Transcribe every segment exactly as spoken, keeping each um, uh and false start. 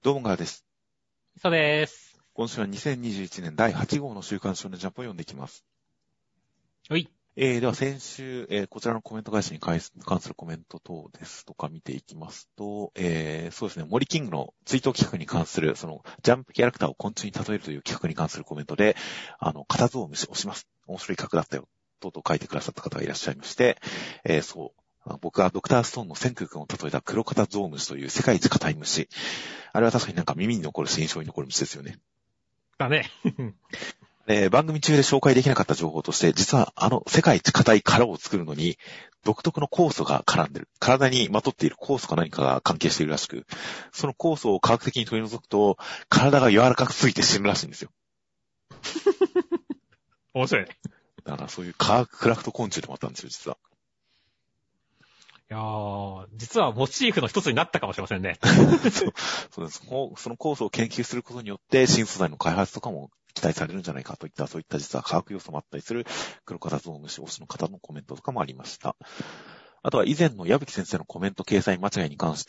どうもがです。 そうです。 今週はにせんにじゅういちねんだいはち号の週刊少年ジャンプを読んでいきます。 はい。 えー、では先週、えー、こちらのコメント返しに関するコメント等ですとか見ていきますと、えー、そうですね、森キングの追悼企画に関する、その、ジャンプキャラクターを昆虫に例えるという企画に関するコメントで、あの、カタゾウムシ押します。面白い企画だったよ。とうとう書いてくださった方がいらっしゃいまして、えー、そう。僕はドクターストーンの千空君を例えた黒カタゾウムシという世界一硬い虫。あれは確かになんか耳に残るし印象に残る虫ですよね。 だね。 えー、番組中で紹介できなかった情報として、実はあの世界一硬い殻を作るのに、独特の酵素が絡んでる。体にまとっている酵素か何かが関係しているらしく、その酵素を科学的に取り除くと、体が柔らかくすぎて死ぬらしいんですよ。 面白いね。 だからそういう科学クラフト昆虫でもあったんですよ、実は。 いやー、実はモチーフの一つになったかもしれませんね。 そうそうです。その酵素を研究することによって、新素材の開発とかも期待されるんじゃないかといった、そういった実は科学要素もあったりする黒カタゾウムシ推しの方のコメントとかもありました。あとは以前の矢吹先生のコメント掲載間違いに関して、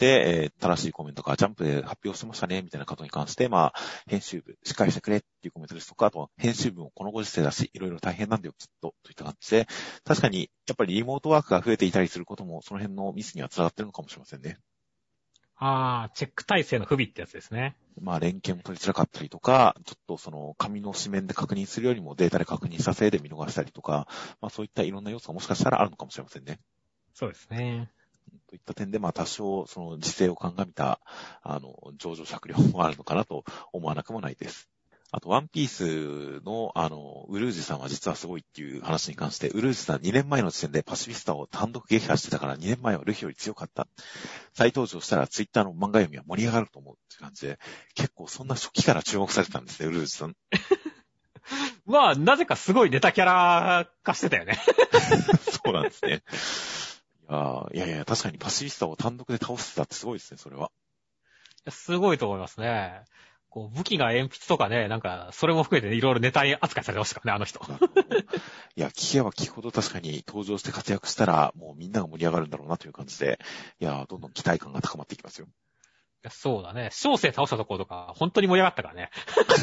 えー、正しいコメントがジャンプで発表してましたね、みたいなことに関して、まあ、編集部、しっかりしてくれっていうコメントですとか、あとは編集部もこのご時世だし、いろいろ大変なんだよ、きっと、といった感じで、確かに、やっぱりリモートワークが増えていたりすることも、その辺のミスにはつながってるのかもしれませんね。 あー、チェック体制の不備ってやつですね。 まあ、連携も取りづらかったりとか、ちょっとその、紙の紙面で確認するよりもデータで確認したせいで見逃したりとか、まあそういったいろんな要素がもしかしたらあるのかもしれませんね。 そうですね。 といった点で、まあ多少、その、時勢を鑑みた、あの、上場酌量もあるのかなと思わなくもないです。あと、ワンピースの、あの、ウルージュさんは実はすごいっていう話に関して、ウルージュさんにねんまえの時点でパシフィスタを単独撃破してたからにねんまえはルフィより強かった。再登場したらツイッターの漫画読みは盛り上がると思うっていう感じで、結構そんな初期から注目されてたんですね、ウルージュさん。 まあ、なぜかすごいネタキャラ化してたよね。 そうなんですね。いやいやいや、確かにパシフィスタを単独で倒してたってすごいですね、それは。 すごいと思いますね。こう、武器が鉛筆とかね、なんか、それも含めて、ね、いろいろネタ扱いされてましたからね、あの人。 いや、聞けば聞くほど確かに登場して活躍したら、もうみんなが盛り上がるんだろうなという感じで、いや、どんどん期待感が高まっていきますよ。 そうだね。小生倒したところとか、本当に盛り上がったからね。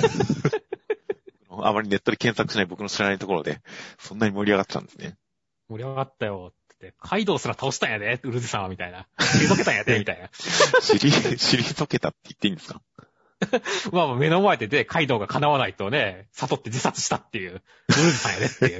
あまりネットで検索しない僕の知らないところで、そんなに盛り上がってたんですね。 盛り上がったよって。カイドウすら倒したんやで、ウルズさんは、みたいな。退けたんやで、みたいな。 知り、知り解けたって言っていいんですか？ まあ、目の前でで、カイドウが叶わないとね、悟って自殺したっていう、ウルズさんやでっていう。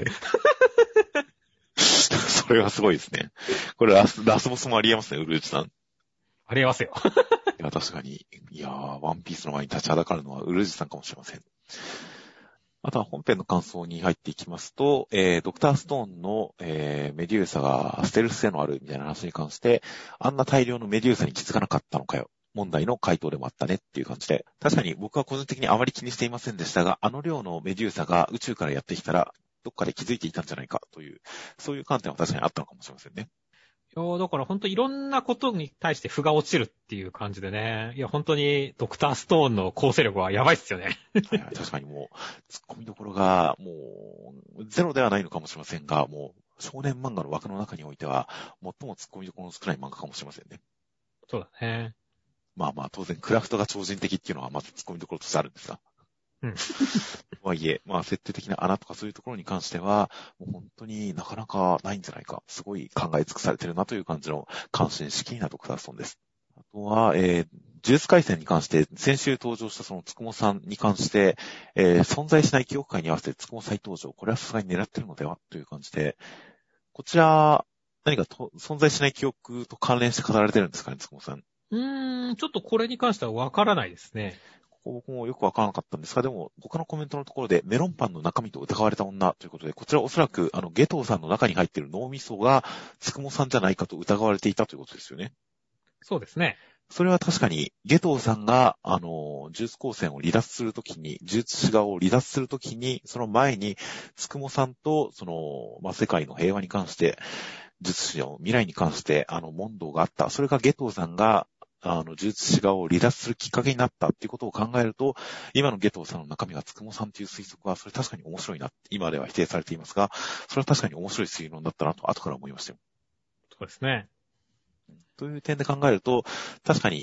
それはすごいですね。これラス、ラスボスもありえますね、ウルージさん。 ありえますよ。 いや、確かに。いやー、ワンピースの前に立ちはだかるのはウルージさんかもしれません。あとは本編の感想に入っていきますと、えー、ドクターストーンの、えー、メデューサがステルス性のあるみたいな話に関して、あんな大量のメデューサに気づかなかったのかよ。問題の回答でもあったねっていう感じで。確かに僕は個人的にあまり気にしていませんでしたが、あの量のメデューサが宇宙からやってきたら、どっかで気づいていたんじゃないかという、そういう観点は確かにあったのかもしれませんね。 いやだから本当いろんなことに対して負が落ちるっていう感じでね。いや本当にドクターストーンの構成力はやばいっすよね。 はいはい、確かにもう、突っ込みどころが、もう、ゼロではないのかもしれませんが、もう、少年漫画の枠の中においては、最も突っ込みどころの少ない漫画かもしれませんね。 そうだね。 まあまあ、当然、クラフトが超人的っていうのはまず突っ込みどころとしてあるんですが。 うん。 とはいえ、まあ、設定的な穴とかそういうところに関しては、もう本当になかなかないんじゃないか。すごい考え尽くされてるなという感じの関心式なドクターストーンです。あとは、えー、呪術廻戦に関して、先週登場したそのつくもさんに関して、えー、存在しない記憶会に合わせてつくも再登場。これはさすがに狙ってるのではという感じで、こちら、何かと存在しない記憶と関連して語られてるんですかね、つくもさん。 うーん、ちょっとこれに関してはわからないですね。 ここ僕もよくわからなかったんですが、でも、他のコメントのところで、メロンパンの中身と疑われた女ということで、こちらおそらく、あの、ゲトウさんの中に入っている脳みそが、つくもさんじゃないかと疑われていたということですよね。 そうですね。 それは確かに、ゲトウさんが、あの、呪術高専を離脱するときに、呪術師側を離脱するときに、その前に、つくもさんと、その、まあ、世界の平和に関して、呪術師の未来に関して、あの、問答があった。それがゲトウさんが、あの、呪術師側を離脱するきっかけになったっていうことを考えると、今のゲトウさんの中身がつくもさんという推測は、それ確かに面白いな。今では否定されていますが、それは確かに面白い推論だったなと、後から思いましたよ。 そうですね。 という点で考えると、確かに、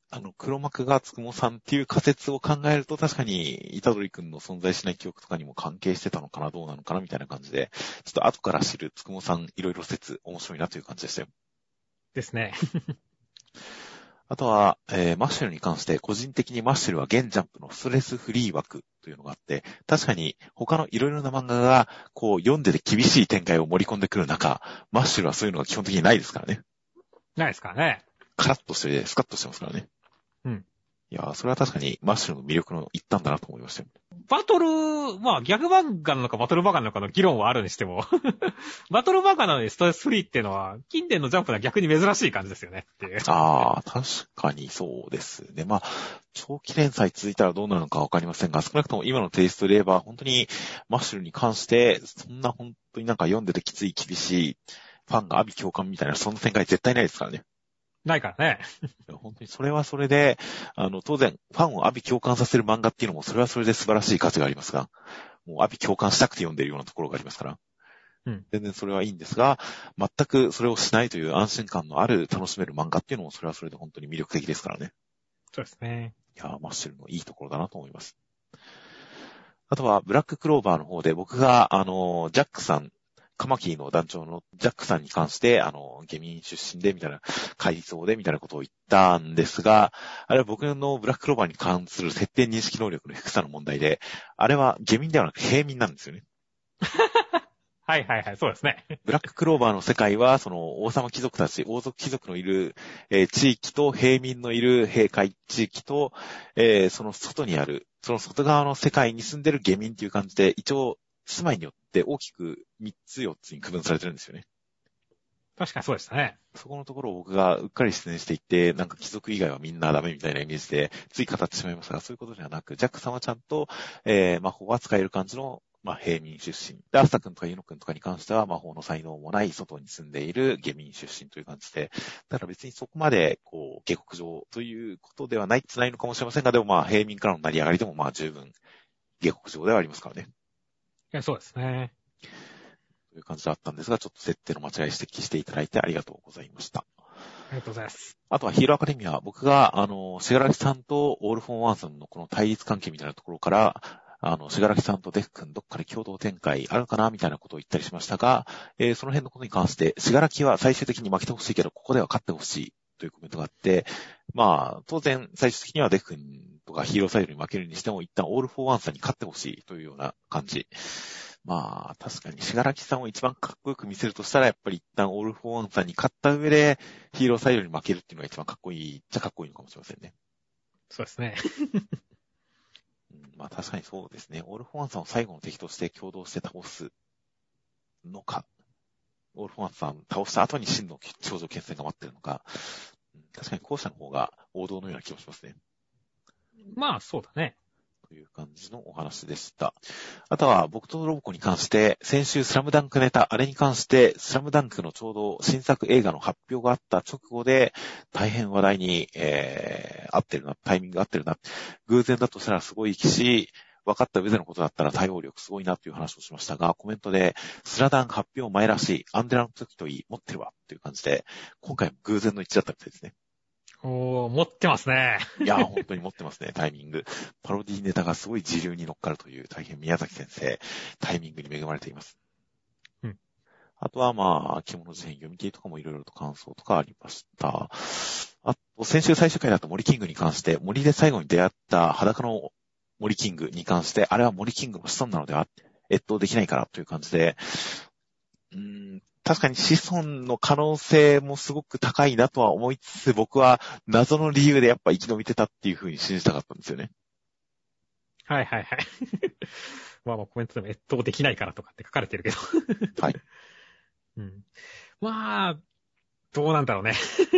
あの、黒幕がつくもさんっていう仮説を考えると、確かに、虎杖くんの存在しない記憶とかにも関係してたのかな、どうなのかな、みたいな感じで、ちょっと後から知るつくもさん、いろいろ説、面白いなという感じでしたよ。 ですね。 あとは、えー、マッシュルに関して、個人的にマッシュルは現ジャンプのストレスフリー枠というのがあって、確かに他のいろいろな漫画が、こう、読んでて厳しい展開を盛り込んでくる中、マッシュルはそういうのが基本的にないですからね。 ないですからね。 カラッとして、スカッとしてますからね。 うん。 いやー、それは確かにマッシュルの魅力の一端だなと思いましたよ。 バトル、まあ、ギャグ漫画なのかバトル漫画なのかの議論はあるにしても、バトル漫画なのにストレスフリーっていうのは、近年のジャンプでは逆に珍しい感じですよねっていう。 ああ、確かにそうですね。まあ、長期連載続いたらどうなるのかわかりませんが、少なくとも今のテイストで言えば、本当にマッシュルに関して、そんな本当になんか読んでてきつい厳しい、ファンが阿鼻共感みたいな、そんな展開絶対ないですからね。 ないからね。 本当にそれはそれで、あの、当然、ファンを阿鼻共感させる漫画っていうのも、それはそれで素晴らしい価値がありますが、もう阿鼻共感したくて読んでいるようなところがありますから。 うん。 全然それはいいんですが、全くそれをしないという安心感のある楽しめる漫画っていうのも、それはそれで本当に魅力的ですからね。 そうですね。 いやー、マッシュルのいいところだなと思います。あとは、ブラッククローバーの方で、僕が、あの、ジャックさん、カマキリの団長のジャックさんに関して、あの、下民出身で、みたいな、階層で、みたいなことを言ったんですが、あれは僕のブラッククローバーに関する設定認識能力の低さの問題で、あれは下民ではなく平民なんですよね。 はいはいはい、そうですね。 ブラッククローバーの世界は、その王様貴族たち、王族貴族のいる、えー地域と平民のいる平海地域と、えーその外にある、その外側の世界に住んでる下民っていう感じで、一応、住まいによって大きくみっつよっつに区分されてるんですよね。 確かにそうでしたね。 そこのところを僕がうっかり失念していって、なんか貴族以外はみんなダメみたいなイメージで、つい語ってしまいましたが、そういうことではなく、ジャックさんはちゃんと、えー魔法は使える感じの、まあ、平民出身。で、アスタ君とかユノ君とかに関しては魔法の才能もない外に住んでいる下民出身という感じで、だから別にそこまで、こう、下克上ということではないってないのかもしれませんが、でもまあ、平民からの成り上がりでもまあ、十分、下克上ではありますからね。 いや、そうですね。 という感じだったんですが、ちょっと設定の間違い指摘していただいてありがとうございました。 ありがとうございます。 あとはヒーローアカデミア、僕が、あの、シガラキさんとオールフォンワンさんのこの対立関係みたいなところから、あの、シガラキさんとデフ君どっかで共同展開あるかなみたいなことを言ったりしましたが、えーその辺のことに関して、シガラキは最終的に負けてほしいけど、ここでは勝ってほしいというコメントがあって、まあ、当然、最終的にはデフ君とかヒーローサイドに負けるにしても、一旦オールフォーワンさんに勝ってほしいというような感じ。まあ、確かに、シガラキさんを一番かっこよく見せるとしたら、やっぱり一旦オールフォーワンさんに勝った上で、ヒーローサイドに負けるっていうのが一番かっこいいっちゃかっこいいのかもしれませんね。 そうですね。 うんまあ確かにそうですね。オールフォーワンさんを最後の敵として共同して倒すのか、オールフォーワンさん倒した後に真の頂上決戦が待ってるのか、うん確かに後者の方が王道のような気もしますね。 まあ、そうだね。 という感じのお話でした。あとは、僕とロボコに関して、先週スラムダンクネタ、あれに関して、スラムダンクのちょうど新作映画の発表があった直後で、大変話題に、えー、合ってるな、タイミング合ってるな。偶然だとしたらすごいし、分かった上でのことだったら対応力すごいなという話をしましたが、コメントで、スラダン発表前らしい、アンデラの時といい、持ってるわ、という感じで、今回も偶然の一致だったみたいですね。 おー、持ってますね。 いやー、本当に持ってますね、タイミング。パロディネタがすごい自流に乗っかるという、大変宮崎先生、タイミングに恵まれています。 うん。 あとは、まあ、着物事変読み切りとかもいろいろと感想とかありました。あと、先週最終回だと森キングに関して、森で最後に出会った裸の森キングに関して、あれは森キングの子孫なのでは、越冬できないからという感じで、うーん確かに子孫の可能性もすごく高いなとは思いつつ、僕は謎の理由でやっぱ生き延びてたっていう風に信じたかったんですよね。 はいはいはい。まあまあコメントでも越冬できないからとかって書かれてるけど。 はい。 うん。まあ、どうなんだろうね。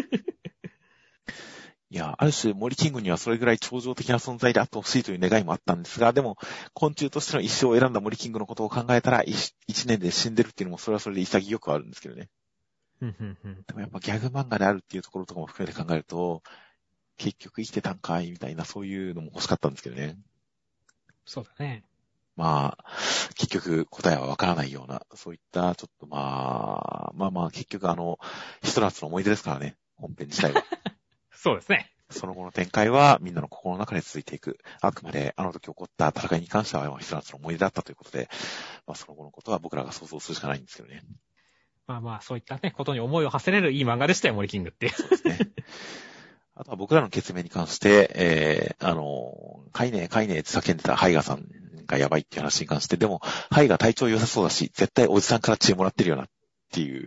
いや、ある種森キングにはそれぐらい超常的な存在であってほしいという願いもあったんですが、でも、昆虫としての一生を選んだ森キングのことを考えたら、一年で死んでるっていうのもそれはそれで潔くはあるんですけどね。 うんうんうん。 でもやっぱギャグ漫画であるっていうところとかも含めて考えると、結局生きてたんかいみたいなそういうのも欲しかったんですけどね。 そうだね。 まあ、結局答えはわからないような、そういったちょっとまあ、まあまあ結局あの、ひと夏の思い出ですからね、本編自体は。 そうですね。 その後の展開はみんなの心の中で続いていく。あくまであの時起こった戦いに関してはひと夏の思い出だったということで、まあ、その後のことは僕らが想像するしかないんですけどね。 まあまあ、そういったね、ことに思いを馳せれるいい漫画でしたよ、森キングっていう。 そうですね。あとは僕らの決命に関して、えー、あの、かいねえかいねえって叫んでたハイガさんがやばいっていう話に関して、でも、ハイガ体調良さそうだし、絶対おじさんから知恵もらってるよなっていう。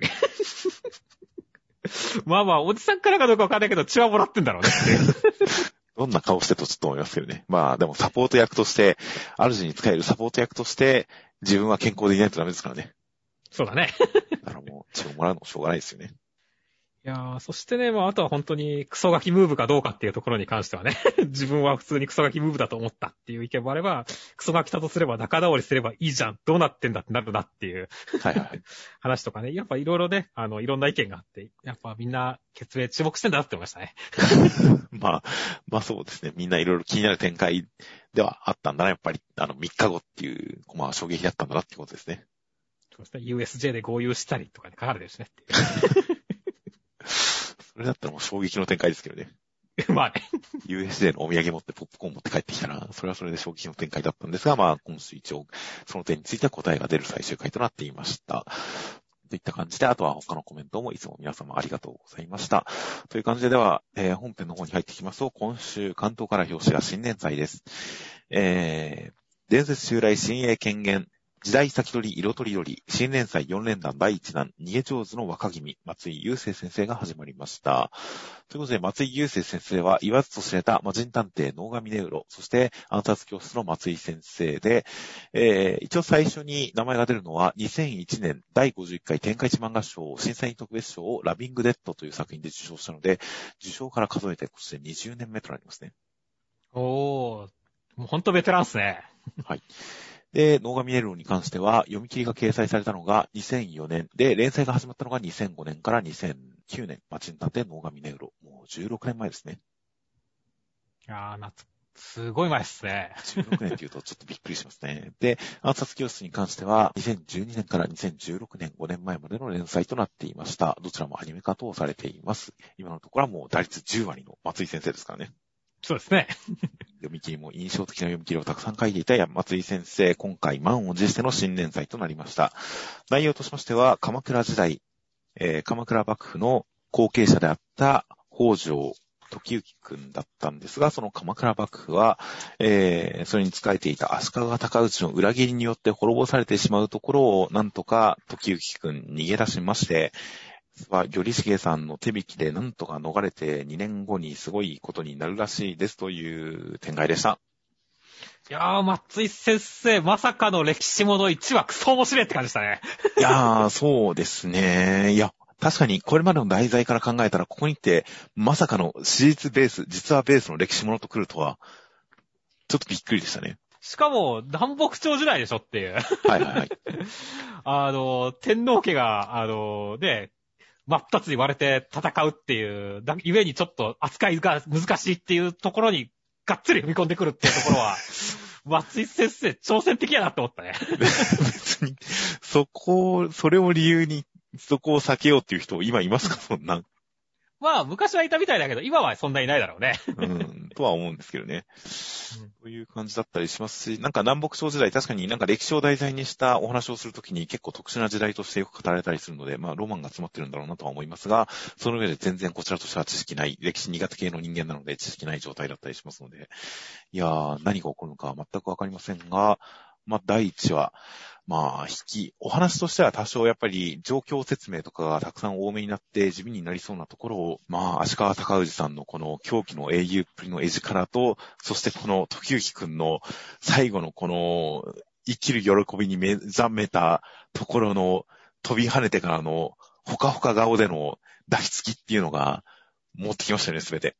まあまあ、おじさんからかどうかわかんないけど、血はもらってんだろうねっていう。 どんな顔してとちょっと思いますけどね。まあでもサポート役として、主に使えるサポート役として、自分は健康でいないとダメですからね。 そうだね。 だからもう血をもらうのもしょうがないですよね。 いやー、そしてね、まあ、あとは本当にクソガキムーブかどうかっていうところに関してはね、自分は普通にクソガキムーブだと思ったっていう意見もあれば、クソガキだとすれば仲直りすればいいじゃん、どうなってんだってなるなっていうはいはい。 話とかね、やっぱいろいろね、あの、いろんな意見があって、やっぱみんな決命注目してんだなって思いましたね。 まあ、まあそうですね。みんないろいろ気になる展開ではあったんだな、やっぱり。あの、みっかごっていう、まあ衝撃だったんだなってことですね。 そうですね。ユーエスジェー で合流したりとかね、書かれてるしねっていう。 それだったらもう衝撃の展開ですけどね。 まあね。 ユーエスジェー のお土産持ってポップコーン持って帰ってきたら、それはそれで衝撃の展開だったんですが、まあ今週一応、その点については答えが出る最終回となっていました。といった感じで、あとは他のコメントもいつも皆様ありがとうございました。という感じで、では、えー、本編の方に入ってきますと、今週関東から表紙が新年祭です。えー、伝説襲来新鋭権限、時代先取り色とりどり、新連載よん連弾だいいち弾、逃げ上手の若君、松井雄生先生が始まりました。ということで、松井雄生先生は言わずと知れた魔人探偵能上ネウロ、そして暗殺教室の松井先生で、えー、一応最初に名前が出るのはにせんいちねんだいごじゅういっかい天下一漫画賞審査員特別賞をラビングデッドという作品で受賞したので、受賞から数えて今年でにじゅうねんめとなりますね。 おー、もうほんとベテランっすね。 はい。で、能上ネウロに関しては、読み切りが掲載されたのがにせんよねんで、連載が始まったのがにせんごねんからにせんきゅうねん。魔人探偵能上ネウロ。もうじゅうろくねんまえですね。 いやー、夏、すごい前っすね。 じゅうろくねんって言うとちょっとびっくりしますね。で、暗殺教室に関しては、にせんじゅうにねんからにせんじゅうろくねん、ごねんまえまでの連載となっていました。どちらもアニメ化等されています。今のところはもう打率じゅうわりの松井先生ですからね。 そうですね。 読み切りも印象的な読み切りをたくさん書いていた松井先生、今回満を持しての新連載となりました。内容としましては、鎌倉時代、えー、鎌倉幕府の後継者であった北条時行くんだったんですが、その鎌倉幕府は、えー、それに仕えていた足利尊氏の裏切りによって滅ぼされてしまうところを、なんとか時行くん逃げ出しまして、は、頼重さんの手引きでなんとか逃れてにねんごにすごいことになるらしいですという展開でした。 いやー、松井先生、まさかの歴史ものいちわクソ面白いって感じでしたね。 いやー、そうですね。いや、確かにこれまでの題材から考えたら、ここに来て、まさかの史実ベース、実話ベースの歴史ものと来るとは、ちょっとびっくりでしたね。 しかも、南北朝時代でしょっていう。 はいはいはい。 あの、天皇家が、あの、ね、真っ二つに割れて戦うっていう、だゆえにちょっと扱いが難しいっていうところに、がっつり踏み込んでくるっていうところは、松井先生、挑戦的やなって思ったね。 別に、そこ、それを理由に、そこを避けようっていう人、今いますか、そんな。 まあ、昔はいたみたいだけど、今はそんないないだろうね。 うん、とは思うんですけどね。という感じだったりしますし、なんか南北朝時代、確かになんか歴史を題材にしたお話をするときに結構特殊な時代としてよく語られたりするので、まあロマンが詰まってるんだろうなとは思いますが、その上で全然こちらとしては知識ない、歴史苦手系の人間なので知識ない状態だったりしますので、いやー、何が起こるのか全くわかりませんが、まあ第一話、まあ、引き、お話としては多少やっぱり状況説明とかがたくさん多めになって地味になりそうなところを、まあ、足利尊氏さんのこの狂気の英雄っぷりの絵力と、そしてこの時行くんの最後のこの生きる喜びに目覚めたところの飛び跳ねてからのほかほか顔での抱きつきっていうのが持ってきましたね、すべて。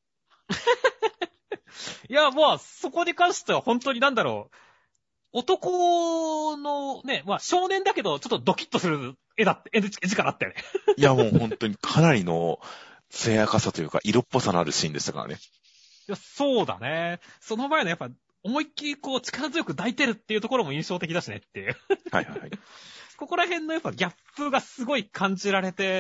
いや、まあ、そこに関しては本当になんだろう。男のね、まあ少年だけどちょっとドキッとする絵だって、絵力あったよね。 いやもう本当にかなりの艶やかさというか色っぽさのあるシーンでしたからね。 いや、そうだね。その前のやっぱ思いっきりこう力強く抱いてるっていうところも印象的だしねっていう。 はいはいはい。 ここら辺のやっぱギャップがすごい感じられて、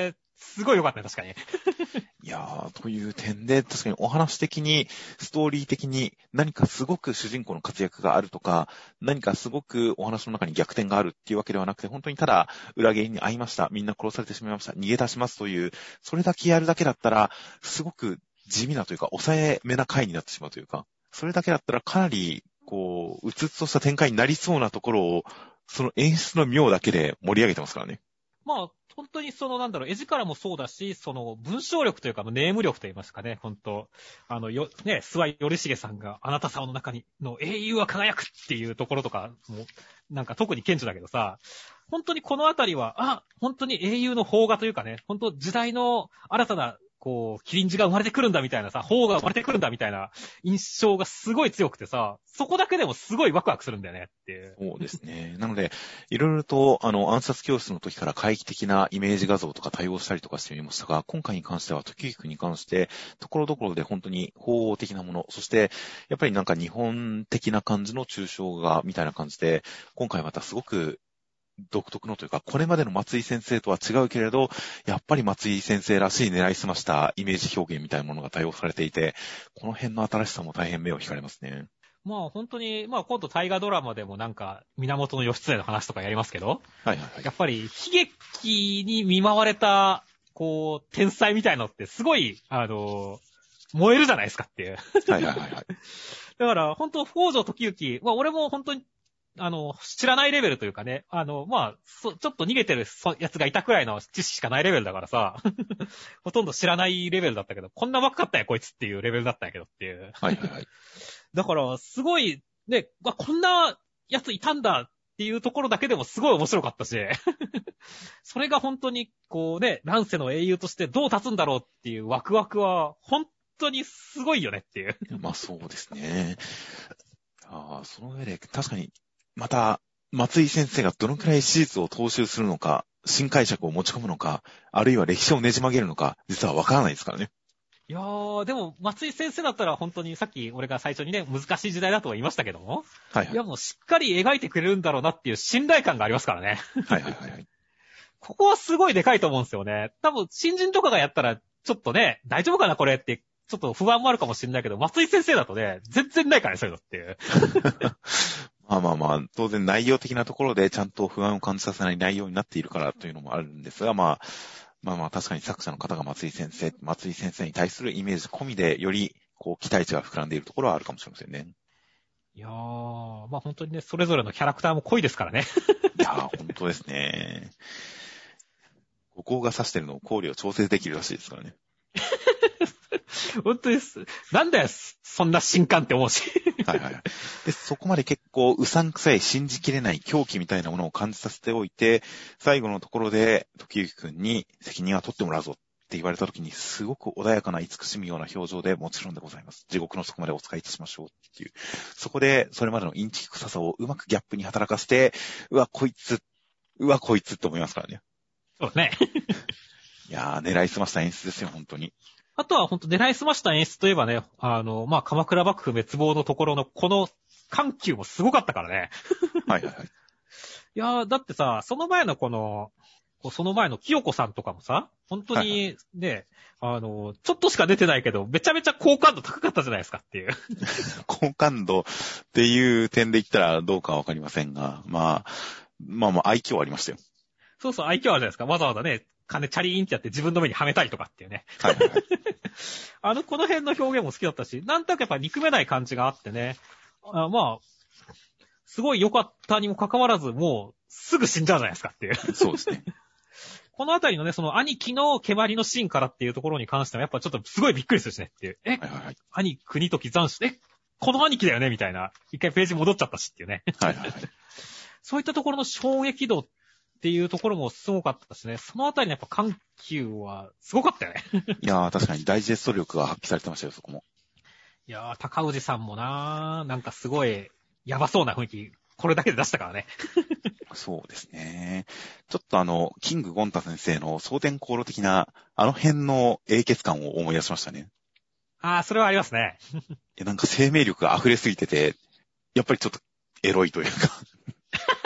すごい良かったね、確かに。 いやー、という点で、確かにお話的に、ストーリー的に何かすごく主人公の活躍があるとか、何かすごくお話の中に逆転があるっていうわけではなくて、本当にただ裏切りに遭いました。みんな殺されてしまいました。逃げ出しますという、それだけやるだけだったら、すごく地味なというか、抑えめな回になってしまうというか、それだけだったらかなり、こう、うつつとした展開になりそうなところを、その演出の妙だけで盛り上げてますからね。 まあ、本当にその、なんだろう、絵力もそうだし、その、文章力というか、ネーム力と言いますかね、本当あの、よ、ね、諏訪頼重さんが、あなた様の中に、の英雄は輝くっていうところとかも、なんか特に顕著だけどさ、本当にこのあたりは、あ、本当に英雄の邦画というかね、本当時代の新たな、こう、キリンジが生まれてくるんだみたいなさ、邦が生まれてくるんだみたいな印象がすごい強くてさ、そこだけでもすごいワクワクするんだよねっていう。 そうですね。なので、いろいろと、あの、暗殺教室の時から回帰的なイメージ画像とか対応したりとかしてみましたが、今回に関しては、時行に関して、ところどころで本当に法王的なもの、そして、やっぱりなんか日本的な感じの抽象画みたいな感じで、今回またすごく、独特のというか、これまでの松井先生とは違うけれど、やっぱり松井先生らしい狙いすましたイメージ表現みたいなものが対応されていて、この辺の新しさも大変目を惹かれますね。 まあ本当に、まあ今度大河ドラマでもなんか、源義経の話とかやりますけど、 はいはいはい。 やっぱり悲劇に見舞われた、こう、天才みたいのってすごい、あの、燃えるじゃないですかっていう。 はいはいはいはい。 だから本当、北条時行、まあ俺も本当に、あの、知らないレベルというかね、あの、まあ、そちょっと逃げてるやつがいたくらいの知識しかないレベルだからさ、ほとんど知らないレベルだったけど、こんな若かったよこいつっていうレベルだったんやけどっていう。 はいはいはい。 だから、すごい、ね、わこんなやついたんだっていうところだけでもすごい面白かったし、それが本当に、こうね、乱世の英雄としてどう立つんだろうっていうワクワクは、本当にすごいよねっていう。 まあそうですね。ああ、その上で、確かに、また、松井先生がどのくらい史実を踏襲するのか、新解釈を持ち込むのか、あるいは歴史をねじ曲げるのか、実はわからないですからね。 いやー、でも、松井先生だったら本当にさっき俺が最初にね、難しい時代だとは言いましたけども、 はいはい。 いやもうしっかり描いてくれるんだろうなっていう信頼感がありますからね。 はいはいはいはい。 ここはすごいでかいと思うんですよね。多分、新人とかがやったら、ちょっとね、大丈夫かなこれって、ちょっと不安もあるかもしれないけど、松井先生だとね、全然ないからね、そういうのっていう。 まあまあまあ、当然内容的なところでちゃんと不安を感じさせない内容になっているからというのもあるんですが、まあ、まあまあ確かに作者の方が松井先生、松井先生に対するイメージ込みで、より、こう、期待値が膨らんでいるところはあるかもしれませんね。 いやー、まあ本当にね、それぞれのキャラクターも濃いですからね。 いやー、本当ですね。五光が指してるのを考慮を調整できるらしいですからね。 本当です。なんだよ、そんな新刊って思うし。 はいはい。で、そこまで結構うさんくさい信じきれない狂気みたいなものを感じさせておいて、最後のところで時行くんに責任は取ってもらうぞって言われた時にすごく穏やかな慈しむような表情でもちろんでございます。地獄の底までお使いいたしましょうっていう。そこでそれまでのインチキ臭さをうまくギャップに働かせて、うわ、こいつ、うわ、こいつって思いますからね。 そうですね。 いやー、狙いすました演出ですよ、本当に。 あとは本当狙いすました演出といえばね、あの、まあ、鎌倉幕府滅亡のところのこの緩急もすごかったからね。 はいはいはい。 いやー、だってさ、その前のこの、その前の清子さんとかもさ、本当にね、はいはい、あの、ちょっとしか出てないけど、めちゃめちゃ好感度高かったじゃないですかっていう。 好感度っていう点で言ったらどうかわかりませんが、まあ、まあまあ愛嬌ありましたよ。 そうそう、愛嬌あるじゃないですか。わざわざね、金チャリーンってやって自分の目にはめたりとかっていうね。 はいはいはい。 あの、この辺の表現も好きだったし、なんとなくやっぱ憎めない感じがあってね。あまあ、すごい良かったにもかかわらず、もう、すぐ死んじゃうじゃないですかっていう。 そうですね。 このあたりのね、その兄貴の蹴鞠のシーンからっていうところに関しては、やっぱちょっとすごいびっくりするしねっていう。え、 はいはいはい、 兄国時斬首、え、この兄貴だよねみたいな。一回ページ戻っちゃったしっていうね。 はいはいはい。 そういったところの衝撃度っていうところもすごかったしね。そのあたりのやっぱ緩急はすごかったよね。 いやー、確かにダイジェスト力が発揮されてましたよ、そこも。 いやー、高氏さんもなー、なんかすごい、やばそうな雰囲気、これだけで出したからね。 そうですね。ちょっとあの、キング・ゴンタ先生の蒼天航路的な、あの辺の英傑感を思い出しましたね。 あー、それはありますね。 いや、なんか生命力が溢れすぎてて、やっぱりちょっとエロいというか。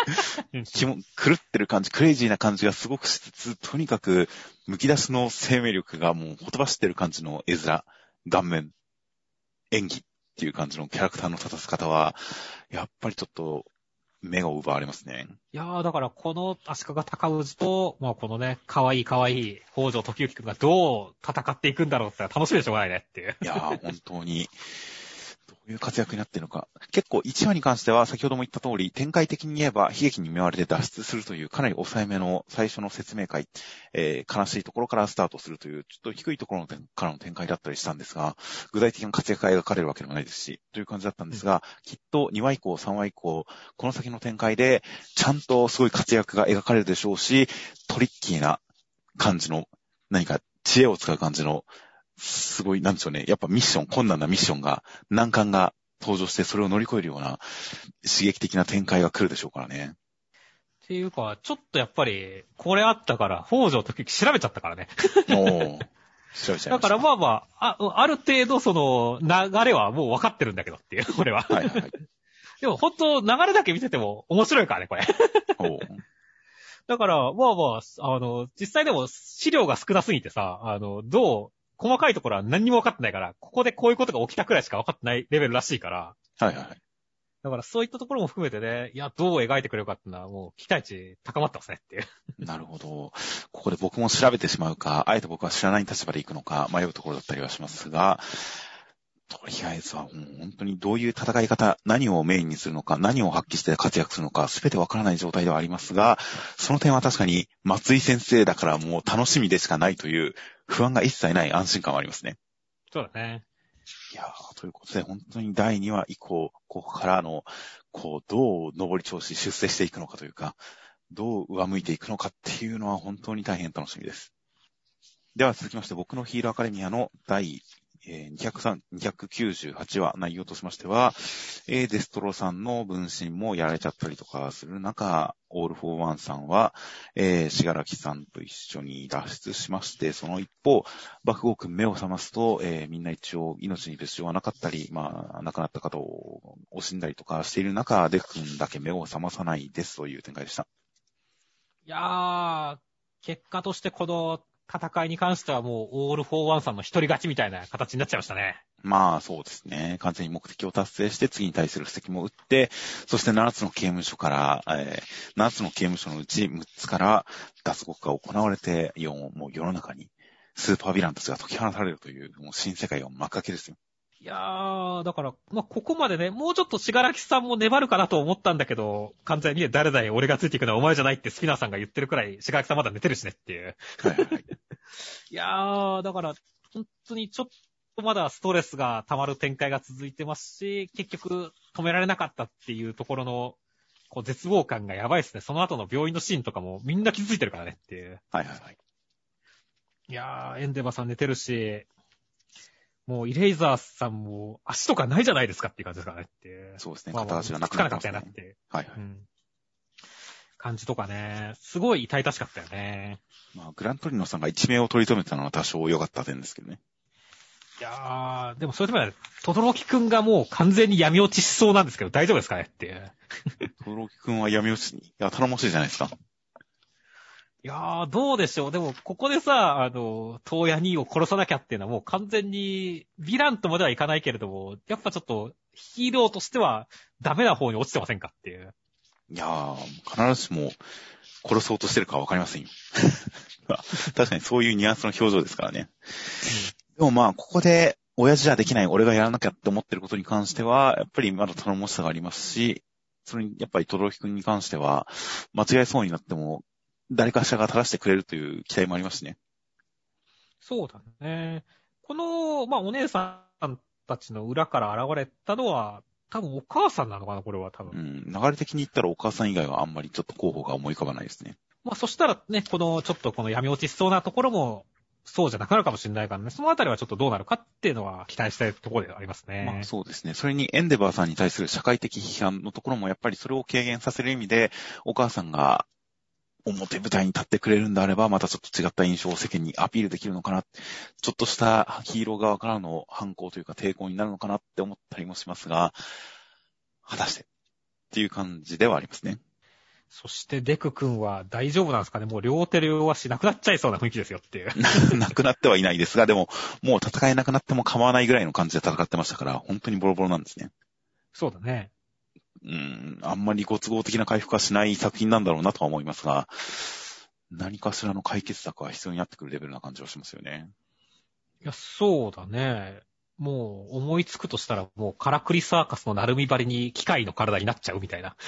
気も狂ってる感じ、クレイジーな感じがすごくしつつ、とにかく、剥き出しの生命力がもうほとばしってる感じの絵面、顔面、演技っていう感じのキャラクターの立たせ方は、やっぱりちょっと、目が奪われますね。 いやー、だからこの足利尊氏と、まあこのね、可愛い可愛い北条時行くんがどう戦っていくんだろうって楽しみでしょうがないねっていう。 いやー、本当に、どういう活躍になっているのか。結構いちわに関しては、先ほども言った通り、展開的に言えば、悲劇に見舞われて脱出するという、かなり抑えめの最初の説明会、えー、悲しいところからスタートするという、ちょっと低いところのからの展開だったりしたんですが、具体的な活躍が描かれるわけでもないですし、という感じだったんですが、うん、きっとにわ以降、さんわ以降、この先の展開で、ちゃんとすごい活躍が描かれるでしょうし、トリッキーな感じの、何か知恵を使う感じの、すごい、なんでしょうね。やっぱミッション、困難なミッションが、難関が登場してそれを乗り越えるような刺激的な展開が来るでしょうからね。 っていうか、ちょっとやっぱり、これあったから、北条時々調べちゃったからね。 おー。調べちゃいました。 だからまあまあ、あ、ある程度その流れはもう分かってるんだけどっていう、これは。はいはいはい。でも本当流れだけ見てても面白いからね、これ。おだから、まあまあ、あの、実際でも資料が少なすぎてさ、あの、どう、細かいところは何にも分かってないから、ここでこういうことが起きたくらいしか分かってないレベルらしいから。 はいはいはい。 だからそういったところも含めてね、いや、どう描いてくれるかっていうのはもう期待値高まってますねっていう。 なるほど。ここで僕も調べてしまうか、あえて僕は知らない立場で行くのか迷うところだったりはしますが、とりあえずはもう本当にどういう戦い方、何をメインにするのか、何を発揮して活躍するのか、すべてわからない状態ではありますが、その点は確かに松井先生だからもう楽しみでしかないという不安が一切ない安心感はありますね。 そうだね。 いやー、ということで本当にだいにわ以降、ここからの、こう、どう上り調子出世していくのかというか、どう上向いていくのかっていうのは本当に大変楽しみです。では続きまして僕のヒーローアカデミアの第にひゃくさん、にひゃくきゅうじゅうはちわ内容としましては、えー、デストロさんの分身もやられちゃったりとかする中、オールフォーワンさんは、えー、しがらきさんと一緒に脱出しまして、その一方、爆豪くん目を覚ますと、えー、みんな一応命に別状はなかったり、まあ、亡くなった方を惜しんだりとかしている中、デク君だけ目を覚まさないですという展開でした。 いやー、結果としてこの戦いに関してはもうオールフォーワンさんの一人勝ちみたいな形になっちゃいましたね。 まあそうですね。完全に目的を達成して次に対する布石も打って、そしてななつの刑務所から、えー、ななつの刑務所のうちむっつから脱獄が行われて、もう世の中にスーパーヴィランたちが解き放たれるという、もう新世界を幕開けですよ。 いやー、だから、まあ、ここまでね、もうちょっとしがらきさんも粘るかなと思ったんだけど、完全にね、誰だい俺がついていくのはお前じゃないってスピナーさんが言ってるくらい、しがらきさんまだ寝てるしねっていう。はいはいはい。いやー、だから、本当にちょっとまだストレスが溜まる展開が続いてますし、結局止められなかったっていうところの、こう絶望感がやばいですね。その後の病院のシーンとかもみんな気づいてるからねっていう。 はいはいはい。 いやー、エンデバさん寝てるし、もうイレイザーさんも足とかないじゃないですかっていう感じですからねっていう。 そうですね。 まあ、 片足がなくなったんですね。 つかなかったよなって。 はいはい。 うん。感じとかね、すごい痛々しかったよね。 まあ、グラントリノさんが一命を取り留めたのは多少良かった点ですけどね。 いやー、でもそれでもね、トドロキくんがもう完全に闇落ちしそうなんですけど、大丈夫ですかねっていう。 トドロキくんは闇落ちに、いや、頼もしいじゃないですか。 いやー、どうでしょう。でも、ここでさ、あの、東野にを殺さなきゃっていうのはもう完全に、ヴィランとまではいかないけれども、やっぱちょっと、ヒーローとしては、ダメな方に落ちてませんかっていう。 いやー、必ずしも、殺そうとしてるかはわかりませんよ。確かにそういうニュアンスの表情ですからね。うん、でもまあ、ここで、親父じゃできない俺がやらなきゃって思ってることに関しては、やっぱりまだ頼もしさがありますし、それに、やっぱりトドロキくんに関しては、間違えそうになっても、誰かしらが正してくれるという期待もありますね。 そうだね。この、まあ、お姉さんたちの裏から現れたのは、多分お母さんなのかな、これは多分。 うん。流れ的に言ったらお母さん以外はあんまりちょっと候補が思い浮かばないですね。 まあ、そしたらね、この、ちょっとこの闇落ちしそうなところも、そうじゃなくなるかもしれないからね。そのあたりはちょっとどうなるかっていうのは期待したいところではありますね。 まあそうですね。それにエンデバーさんに対する社会的批判のところもやっぱりそれを軽減させる意味で、お母さんが表舞台に立ってくれるんであれば、またちょっと違った印象を世間にアピールできるのかな。ちょっとしたヒーロー側からの反抗というか抵抗になるのかなって思ったりもしますが、果たしてっていう感じではありますね。 そしてデク君は大丈夫なんですかね。もう両手両足なくなっちゃいそうな雰囲気ですよっていう。 なくなってはいないですが、でも、もう戦えなくなっても構わないぐらいの感じで戦ってましたから、本当にボロボロなんですね。 そうだね。 うん、あんまりご都合的な回復はしない作品なんだろうなとは思いますが、何かしらの解決策は必要になってくるレベルな感じはしますよね。 いや、そうだね。もう思いつくとしたら、もうカラクリサーカスのナルミバリに機械の体になっちゃうみたいな。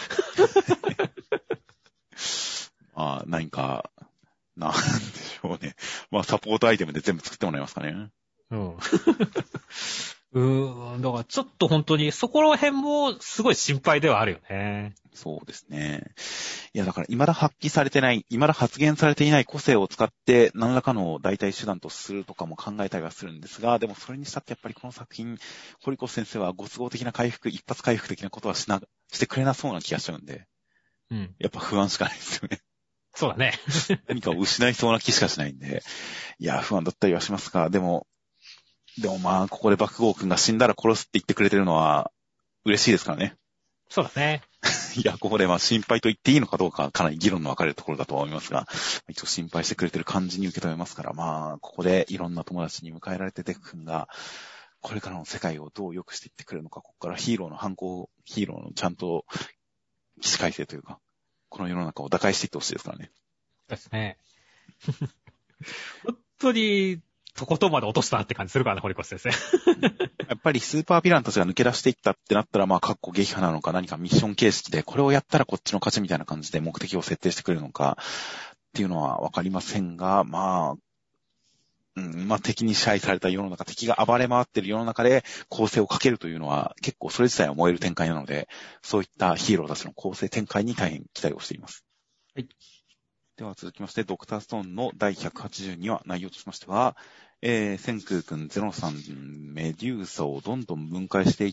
まあ、何か、なんでしょうね。まあ、サポートアイテムで全部作ってもらえますかね。 うん。うーん、だからちょっと本当にそこら辺もすごい心配ではあるよね。 そうですね。いや、だから未だ発揮されてない、未だ発言されていない個性を使って何らかの代替手段とするとかも考えたりはするんですが、でもそれにしたってやっぱりこの作品、堀越先生はご都合的な回復、一発回復的なことはしな、してくれなそうな気がしちゃうんで、 うん。 やっぱ不安しかないですよね。 そうだね。 何かを失いそうな気しかしないんで、いや、不安だったりはしますが、でも、でもまあ、ここで爆豪くんが死んだら殺すって言ってくれてるのは嬉しいですからね。 そうだね。 いや、ここでまあ心配と言っていいのかどうかかなり議論の分かれるところだと思いますが、一応心配してくれてる感じに受け止めますから、まあ、ここでいろんな友達に迎えられてデク君が、これからの世界をどう良くしていってくれるのか、ここからヒーローの反抗、ヒーローのちゃんと起死回生というか、この世の中を打開していってほしいですからね。 ですね。本当に、とことんまで落としたなって感じするからね、堀越先生。 やっぱりスーパーヴィランたちが抜け出していったってなったら、まあ、かっこ撃破なのか何かミッション形式で、これをやったらこっちの勝ちみたいな感じで目的を設定してくれるのか、っていうのはわかりませんが、まあ、うん、まあ敵に支配された世の中、敵が暴れ回っている世の中で構成をかけるというのは、結構それ自体は燃える展開なので、そういったヒーローたちの構成展開に大変期待をしています。 はい。 では続きまして、ドクターストーンのだいひゃくはちじゅうにわ、内容としましては、えー、千空くんゼロさん、メデューサをどんどん分解していって、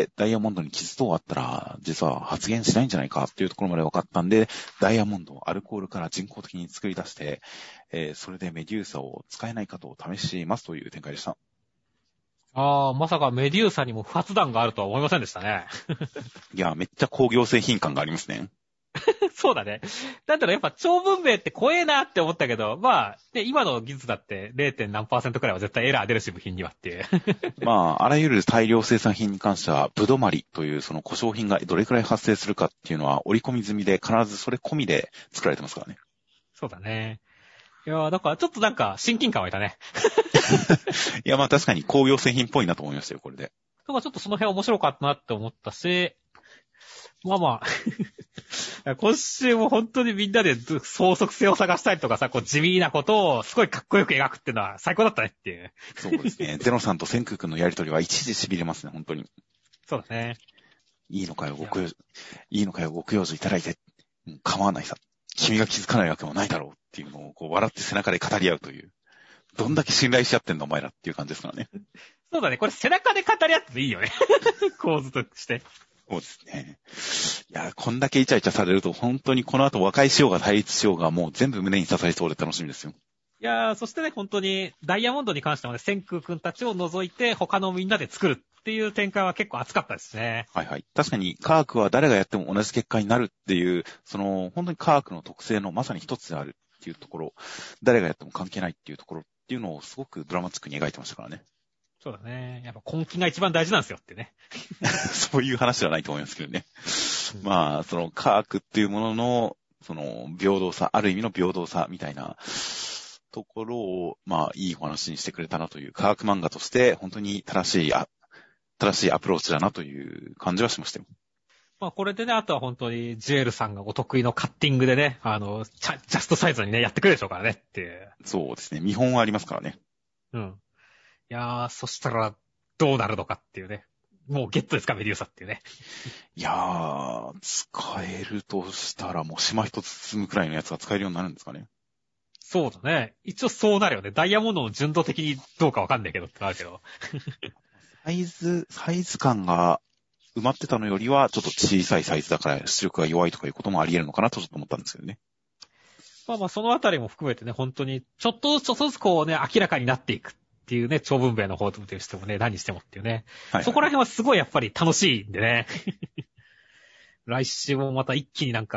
ダイヤモンドに傷等あったら、実は発現しないんじゃないかっていうところまで分かったんで、ダイヤモンドをアルコールから人工的に作り出して、えー、それでメデューサを使えないかと試しますという展開でした。 ああ、まさかメデューサにも不発弾があるとは思いませんでしたね。 いや、めっちゃ工業製品感がありますね。 そうだね。なんだろう、やっぱ超文明って怖えなって思ったけど、まあ、で、今の技術だって ゼロ. 点何パーセントくらいは絶対エラー出るし、部品にはっていう。 まあ、あらゆる大量生産品に関しては、ぶどまりというその故障品がどれくらい発生するかっていうのは織り込み済みで必ずそれ込みで作られてますからね。 そうだね。いやー、だからちょっとなんか親近感湧いたね。 いや、まあ確かに工業製品っぽいなと思いましたよ、これで。 だからちょっとその辺面白かったなって思ったし、まあまあ、今週も本当にみんなで相続性を探したりとかさ、こう地味なことをすごいかっこよく描くっていうのは最高だったねっていう。 そうですね。ゼロさんと千空くんのやりとりは一時痺れますね、本当に。 そうだね。 いいのかよ、ご供養、いいのかよ、ご供養いただいて、うん、構わないさ。君が気づかないわけもないだろうっていうのをこう笑って背中で語り合うという。どんだけ信頼し合ってんだお前らっていう感じですからね。 そうだね。これ背中で語り合ってもいいよね。構図として。 そうですね。いや、こんだけイチャイチャされると、本当にこの後和解しようが対立しようが、もう全部胸に刺さりそうで楽しみですよ。 いやー、そしてね、本当に、ダイヤモンドに関してはね、千空くんたちを除いて、他のみんなで作るっていう展開は結構熱かったですね。 はいはい。確かに、科学は誰がやっても同じ結果になるっていう、その、本当に科学の特性のまさに一つであるっていうところ、誰がやっても関係ないっていうところっていうのをすごくドラマチックに描いてましたからね。 そうだね。やっぱ根気が一番大事なんですよってね。 そういう話ではないと思いますけどね。うん、まあ、その科学っていうものの、その平等さ、ある意味の平等さみたいなところを、まあ、いいお話にしてくれたなという科学漫画として、本当に正しい、あ、正しいアプローチだなという感じはしましたよ。 まあこれでね、あとは本当にジュエルさんがお得意のカッティングでね、あの、ジャジャストサイズにね、やってくれるでしょうからねっていう。 そうですね。見本はありますからね。 うん。いやー、そしたらどうなるのかっていうね。もうゲットですか、メデューサっていうね。 いやー、使えるとしたらもう島一つ進むくらいのやつが使えるようになるんですかね。 そうだね。一応そうなるよね。ダイヤモンドの純度的にどうかわかんないけどってなるけど。 サイズ、サイズ感が埋まってたのよりはちょっと小さいサイズだから出力が弱いとかいうこともあり得るのかなとちょっと思ったんですけどね。 まあまあそのあたりも含めてね、本当にちょっとずつちょっとずつこうね、明らかになっていくっていうね、超文明の方としてもね、何してもっていうね。はいはい、そこら辺はすごいやっぱり楽しいんでね。来週もまた一気になんか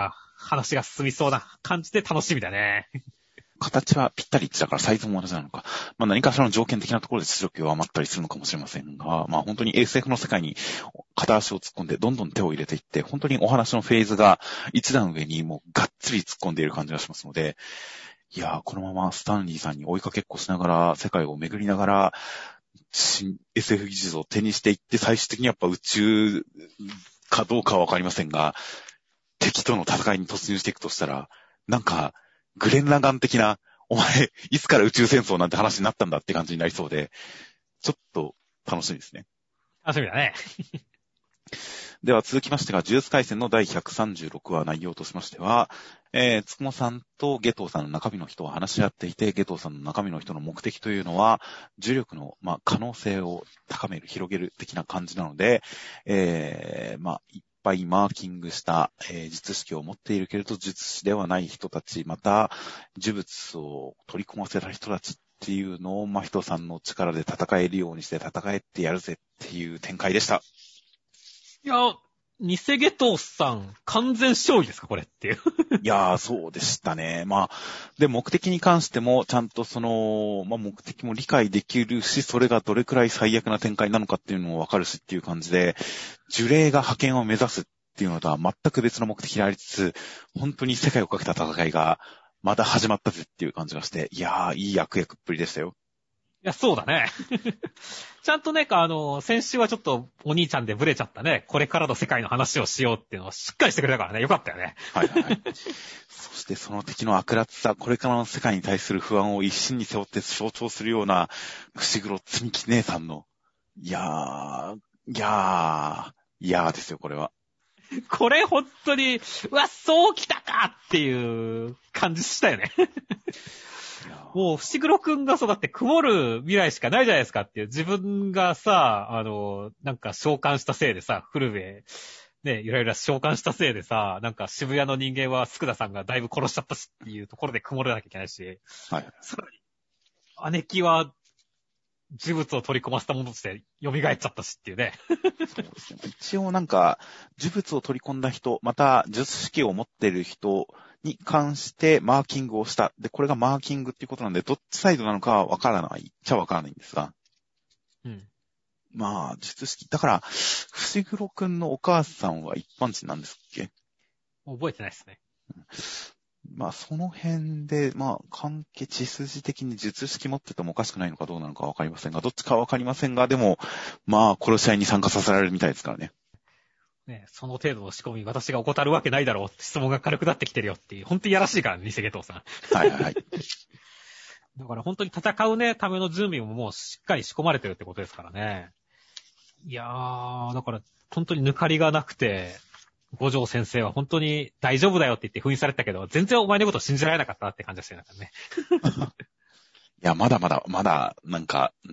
話が進みそうな感じで楽しみだね。 形はぴったり一致だからサイズも同じなのか。まあ何かしらの条件的なところで出力が余ったりするのかもしれませんが、まあ本当に エスエフ の世界に片足を突っ込んでどんどん手を入れていって、本当にお話のフェーズが一段上にもうがっつり突っ込んでいる感じがしますので、いやーこのままスタンリーさんに追いかけっこしながら世界を巡りながら、新 エスエフ 技術を手にしていって、最終的にやっぱ宇宙かどうかはわかりませんが、敵との戦いに突入していくとしたら、なんか、グレン・ラガン的な、お前、いつから宇宙戦争なんて話になったんだって感じになりそうで、ちょっと楽しみですね。 楽しみだね。 では続きましてが、呪術廻戦のだいひゃくさんじゅうろくわ内容としましては、えー、つくもさんとゲトウさんの中身の人は話し合っていて、ゲトウさんの中身の人の目的というのは、呪力の、まあ、可能性を高める、広げる的な感じなので、えー、まあ、いっぱいマーキングした、えー、術式を持っているけれど、術師ではない人たち、また、呪物を取り込ませた人たちっていうのを、真人さんの力で戦えるようにして戦えってやるぜっていう展開でした。 いや、偽ゲトウさん、完全勝利ですかこれっていう。 いやー、そうでしたね。まあ、で、目的に関しても、ちゃんとその、まあ、目的も理解できるし、それがどれくらい最悪な展開なのかっていうのもわかるしっていう感じで、呪霊が派遣を目指すっていうのとは全く別の目的でありつつ、本当に世界をかけた戦いが、まだ始まったぜっていう感じがして、いやー、いい役役っぷりでしたよ。 いや、そうだね。ちゃんとね、あの、先週はちょっとお兄ちゃんでブレちゃったね、これからの世界の話をしようっていうのをしっかりしてくれたからね、よかったよね。 はいはいはい。そしてその敵の悪辣さ、これからの世界に対する不安を一身に背負って象徴するような、伏黒つみき姉さんの、いやー、いやー、いやーですよ、これは。 これ本当に、うわ、そう来たかっていう感じしたよね。もう、伏黒くんがそうだって曇る未来しかないじゃないですかっていう、自分がさ、あの、なんか召喚したせいでさ、古部、ね、ゆらゆら召喚したせいでさ、なんか渋谷の人間は佃さんがだいぶ殺しちゃったしっていうところで曇らなきゃいけないし、 はい。 さらに、姉貴は、呪物を取り込ませたものとして蘇っちゃったしっていうね。 そうですね。一応なんか、呪物を取り込んだ人、また術式を持っている人に関してマーキングをした。で、これがマーキングっていうことなんで、どっちサイドなのかはわからない。ちゃわからないんですが。 うん。 まあ、術式。だから、伏黒くんのお母さんは一般人なんですっけ？ 覚えてないですね。 まあ、その辺で、まあ、関係、血筋的に術式持っててもおかしくないのかどうなのかわかりませんが、どっちかわかりませんが、でも、まあ、殺し合いに参加させられるみたいですからね。 ね、その程度の仕込み、私が怠るわけないだろうって質問が軽くなってきてるよっていう、本当にやらしいからね、偽ゲトウさん。 はいはいはい。 だから本当に戦うね、ための準備ももうしっかり仕込まれてるってことですからね。いやー、だから本当に抜かりがなくて、五条先生は本当に大丈夫だよって言って封印されてたけど、全然お前のこと信じられなかったなって感じがしてるんだからね。 いや、まだまだ、まだ、なんか、うん、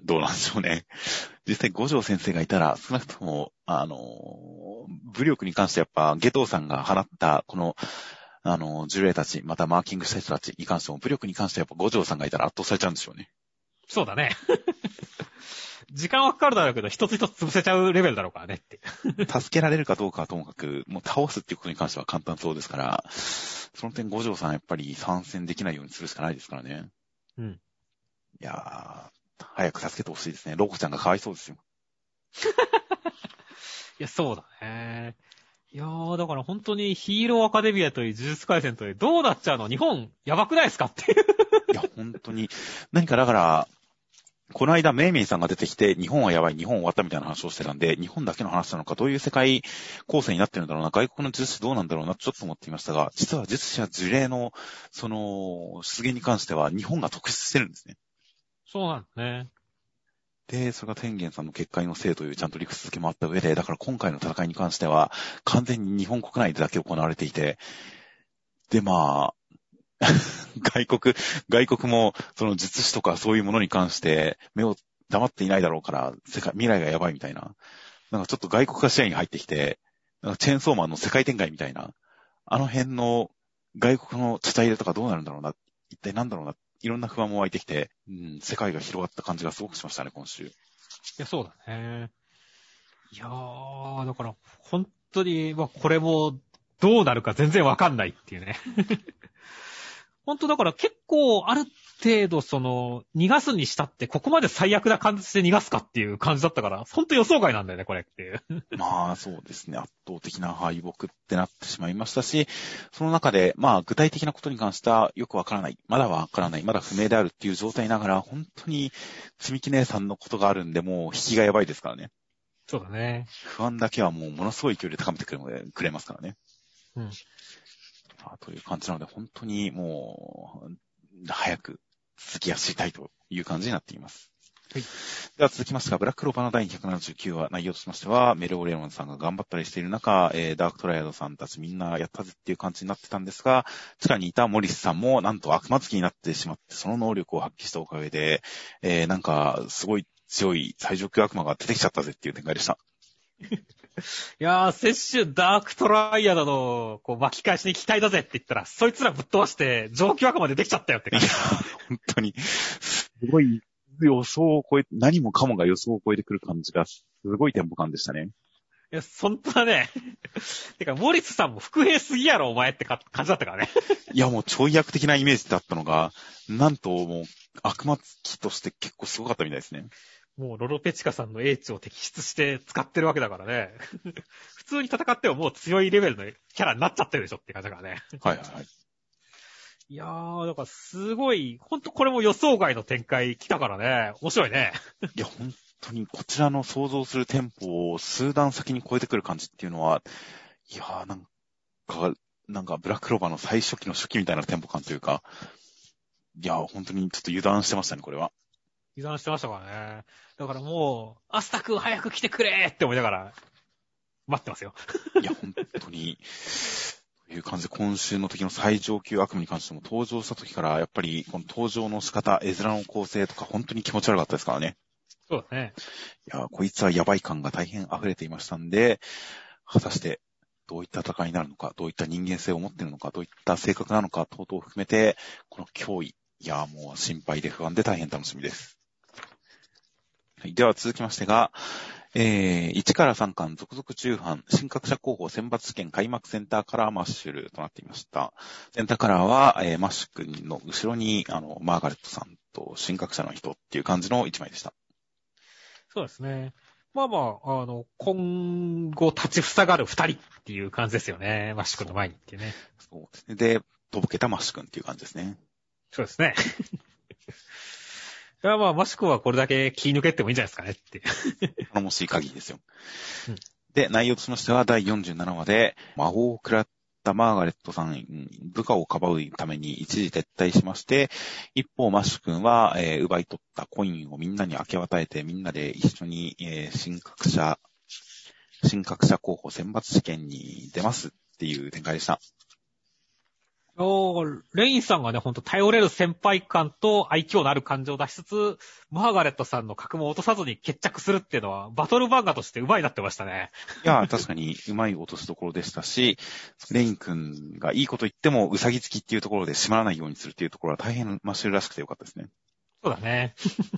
どうなんでしょうね。実際、五条先生がいたら、少なくとも、あの、武力に関してやっぱ、下等さんが放った、この、あの、呪霊たち、またマーキングした人たちに関しても、武力に関してやっぱ五条さんがいたら圧倒されちゃうんでしょうね。 そうだね。時間はかかるだろうけど、一つ一つ潰せちゃうレベルだろうからねって。 助けられるかどうかはともかく、もう倒すっていうことに関しては簡単そうですから、その点五条さんやっぱり参戦できないようにするしかないですからね。 うん。 いやー、早く助けてほしいですね。ロコちゃんがかわいそうですよ。 いや、そうだね。いやー、だから本当にヒーローアカデミアといい、呪術廻戦といい、どうなっちゃうの？日本、やばくないですかっていう。 いや、本当に。何かだから、この間、メイメイさんが出てきて、日本はやばい、日本終わったみたいな話をしてたんで、日本だけの話なのか、どういう世界構成になってるんだろうな、外国の術師どうなんだろうな、ちょっと思っていましたが、実は術師や呪霊の、その、出現に関しては、日本が特筆してるんですね。 そうなんですね。 で、それが天元さんの結界のせいというちゃんと理屈付けもあった上で、だから今回の戦いに関しては、完全に日本国内でだけ行われていて、で、まあ、外国、外国も、その術師とかそういうものに関して、目を黙っていないだろうから、世界、未来がやばいみたいな。なんかちょっと外国が視野に入ってきて、なんかチェーンソーマンの世界展開みたいな、あの辺の外国の地帯入れとかどうなるんだろうな、一体なんだろうな、いろんな不安も湧いてきて、うん、世界が広がった感じがすごくしましたね、今週。 いや、そうだね。いやー、だから、本当に、まあ、これも、 どうなるか全然わかんないっていうね。本当だから結構ある程度その、逃がすにしたってここまで最悪な感じで逃がすかっていう感じだったから、本当予想外なんだよね、これっていう。 まあそうですね。圧倒的な敗北ってなってしまいましたし、その中で、まあ具体的なことに関してはよくわからない。まだわからない。まだ不明であるっていう状態ながら、本当に積み木姉さんのことがあるんで、もう引きがやばいですからね。 そうだね。 不安だけはもうものすごい勢いで高めてくれるくれますからね。 うん。 という感じなので、本当にもう、早く続きやすいたいという感じになっています。 はい。 では続きましてが、ブラックローバーのだいひゃくななじゅうきゅうわ、内容としましては、メルオレオンさんが頑張ったりしている中、えー、ダークトライアドさんたちみんなやったぜっていう感じになってたんですが、地下にいたモリスさんもなんと悪魔付きになってしまって、その能力を発揮したおかげで、えー、なんか、すごい強い最上級悪魔が出てきちゃったぜっていう展開でした。 いやー、摂取ダークトライアドの、こう、巻き返しに期待だぜって言ったら、そいつらぶっ飛ばして、上級悪魔でできちゃったよって感じ。 本当に、すごい予想を超え、何もかもが予想を超えてくる感じが、すごいテンポ感でしたね。 いや、本当だね。てか、モリスさんも不平すぎやろ、お前ってか感じだったからね。 いや、もうちょい役的なイメージだったのが、なんともう、悪魔付きとして結構すごかったみたいですね。 もうロロペチカさんの英知を摘出して使ってるわけだからね。普通に戦ってももう強いレベルのキャラになっちゃってるでしょって感じだからね。 はいはいはい。 いやー、だからすごい、ほんとこれも予想外の展開来たからね。面白いね。 いや、本当にこちらの想像するテンポを数段先に超えてくる感じっていうのは、いやーなんか、なんかブラックローバーの最初期の初期みたいなテンポ感というか、いやー本当にちょっと油断してましたね、これは。 油断してましたからね。だからもう、アスタ君早く来てくれって思いながら、待ってますよ。 いや、本当に、という感じで、今週の時の最上級悪夢に関しても登場した時から、やっぱり、この登場の仕方、絵面の構成とか、本当に気持ち悪かったですからね。 そうだね。 いや、こいつはやばい感が大変溢れていましたんで、果たして、どういった戦いになるのか、どういった人間性を持っているのか、どういった性格なのか、等々を含めて、この脅威、いや、もう心配で不安で大変楽しみです。はい、では続きましてが、えー、いちからさんかん続々中半、新格者候補選抜試験開幕センターカラーマッシュルとなっていました。センターカラーは、えー、マッシュ君の後ろに、あの、マーガレットさんと新格者の人っていう感じの一枚でした。 そうですね。まあまあ、あの、今後立ちふさがる二人っていう感じですよね。マッシュ君の前にっていうね。 そうですね。で、とぼけたマッシュ君っていう感じですね。 そうですね。いやまあ、マッシュ君はこれだけ気抜けてもいいんじゃないですかねっていう。 頼もしい限りですよ。 うん、 で、内容としましてはだいよんじゅうななわで、魔法を食らったマーガレットさん、部下をかばうために一時撤退しまして、一方マッシュ君は、えー、奪い取ったコインをみんなに明け渡えて、みんなで一緒に、えー、新格者、新格者候補選抜試験に出ますっていう展開でした。 おー、レインさんがね、ほんと頼れる先輩感と愛嬌のある感情を出しつつ、マーガレットさんの格も落とさずに決着するっていうのは、バトル漫画としてうまいなってましたね。 いや、確かにうまい落としどころでしたし、レイン君がいいこと言っても、うさぎつきっていうところで閉まらないようにするっていうところは大変マッシュルらしくてよかったですね。 そうだね。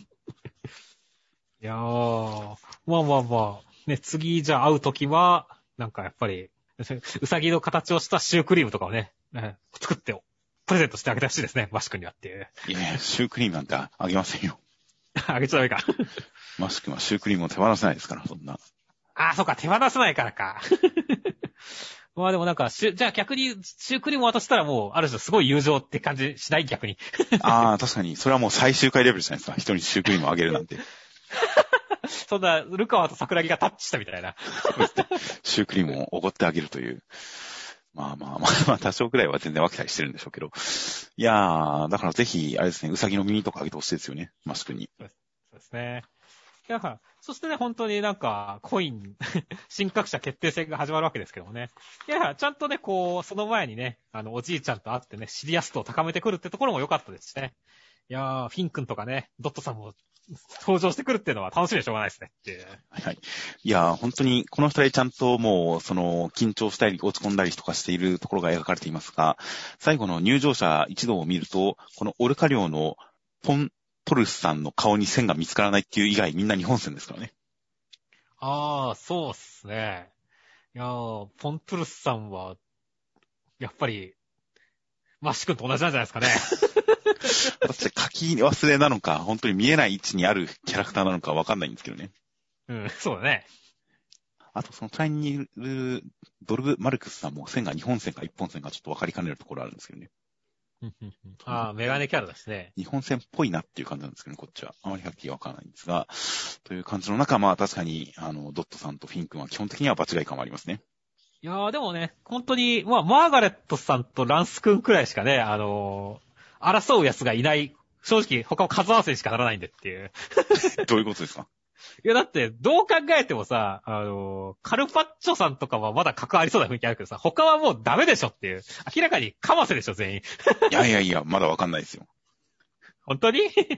いやー、まあまあまあ、ね、次じゃあ会うときは、なんかやっぱり、うさぎの形をしたシュークリームとかをね、ね作って、プレゼントしてあげてほしいですね、マシ君にはっていう。 いやいや、シュークリームなんてあげませんよ。 あげちゃダメか。 マシ君はシュークリームを手放せないですから、そんな。 ああ、そうか、手放せないからか。まあでもなんか、じゃあ逆に、シュークリーム渡したらもう、ある種すごい友情って感じしない逆に。 ああ、確かに。それはもう最終回レベルじゃないですか。人にシュークリームをあげるなんて。 そんな、ルカワと桜木がタッチしたみたいな。 シュークリームをおごってあげるという。まあまあまあ、まあ多少くらいは全然分けたりしてるんでしょうけど。いやー、だからぜひ、あれですね、うさぎの耳とかあげてほしいですよね、マスクに。 そうですね。だから、そしてね、本当になんか、コイン、新格者決定戦が始まるわけですけどもね。いや、ちゃんとね、こう、その前にね、あの、おじいちゃんと会ってね、シリアス度を高めてくるってところも良かったですしね。いやー、フィン君とかね、ドットさんも登場してくるっていうのは楽しみでしょうがないですねっていう。 はいはい。いやー、本当に、この二人ちゃんともう、その、緊張したり、落ち込んだりとかしているところが描かれていますが、最後の入場者一同を見ると、このオルカ領のポン、トルスさんの顔に線が見つからないっていう以外みんな日本線ですからね。 ああ、そうっすね。いやー、ポントゥルスさんは、 やっぱり、マッシュ君と同じなんじゃないですかね。 私、書き忘れなのか、本当に見えない位置にあるキャラクターなのかわかんないんですけどね。 うん、そうだね。 あと、その隣にいるドルブ・マルクスさんも線がにほん線かいっぽん線かちょっとわかりかねるところあるんですけどね。 ああ、メガネキャラですね。 にほん線っぽいなっていう感じなんですけどね、こっちは。あまりはっきりわからないんですが、という感じの中、まあ確かに、あの、ドットさんとフィン君は基本的には場違い感はありますね。 いやーでもね、本当に、まあ、マーガレットさんとランス君くらいしかね、あのー、争う奴がいない、正直他は数合わせにしかならないんでっていう。 どういうことですか？ いやだって、どう考えてもさ、あのー、カルパッチョさんとかはまだ関わりそうな雰囲気あるけどさ、他はもうダメでしょっていう。明らかにカマセでしょ、全員。 いやいやいや、まだわかんないですよ。 本当に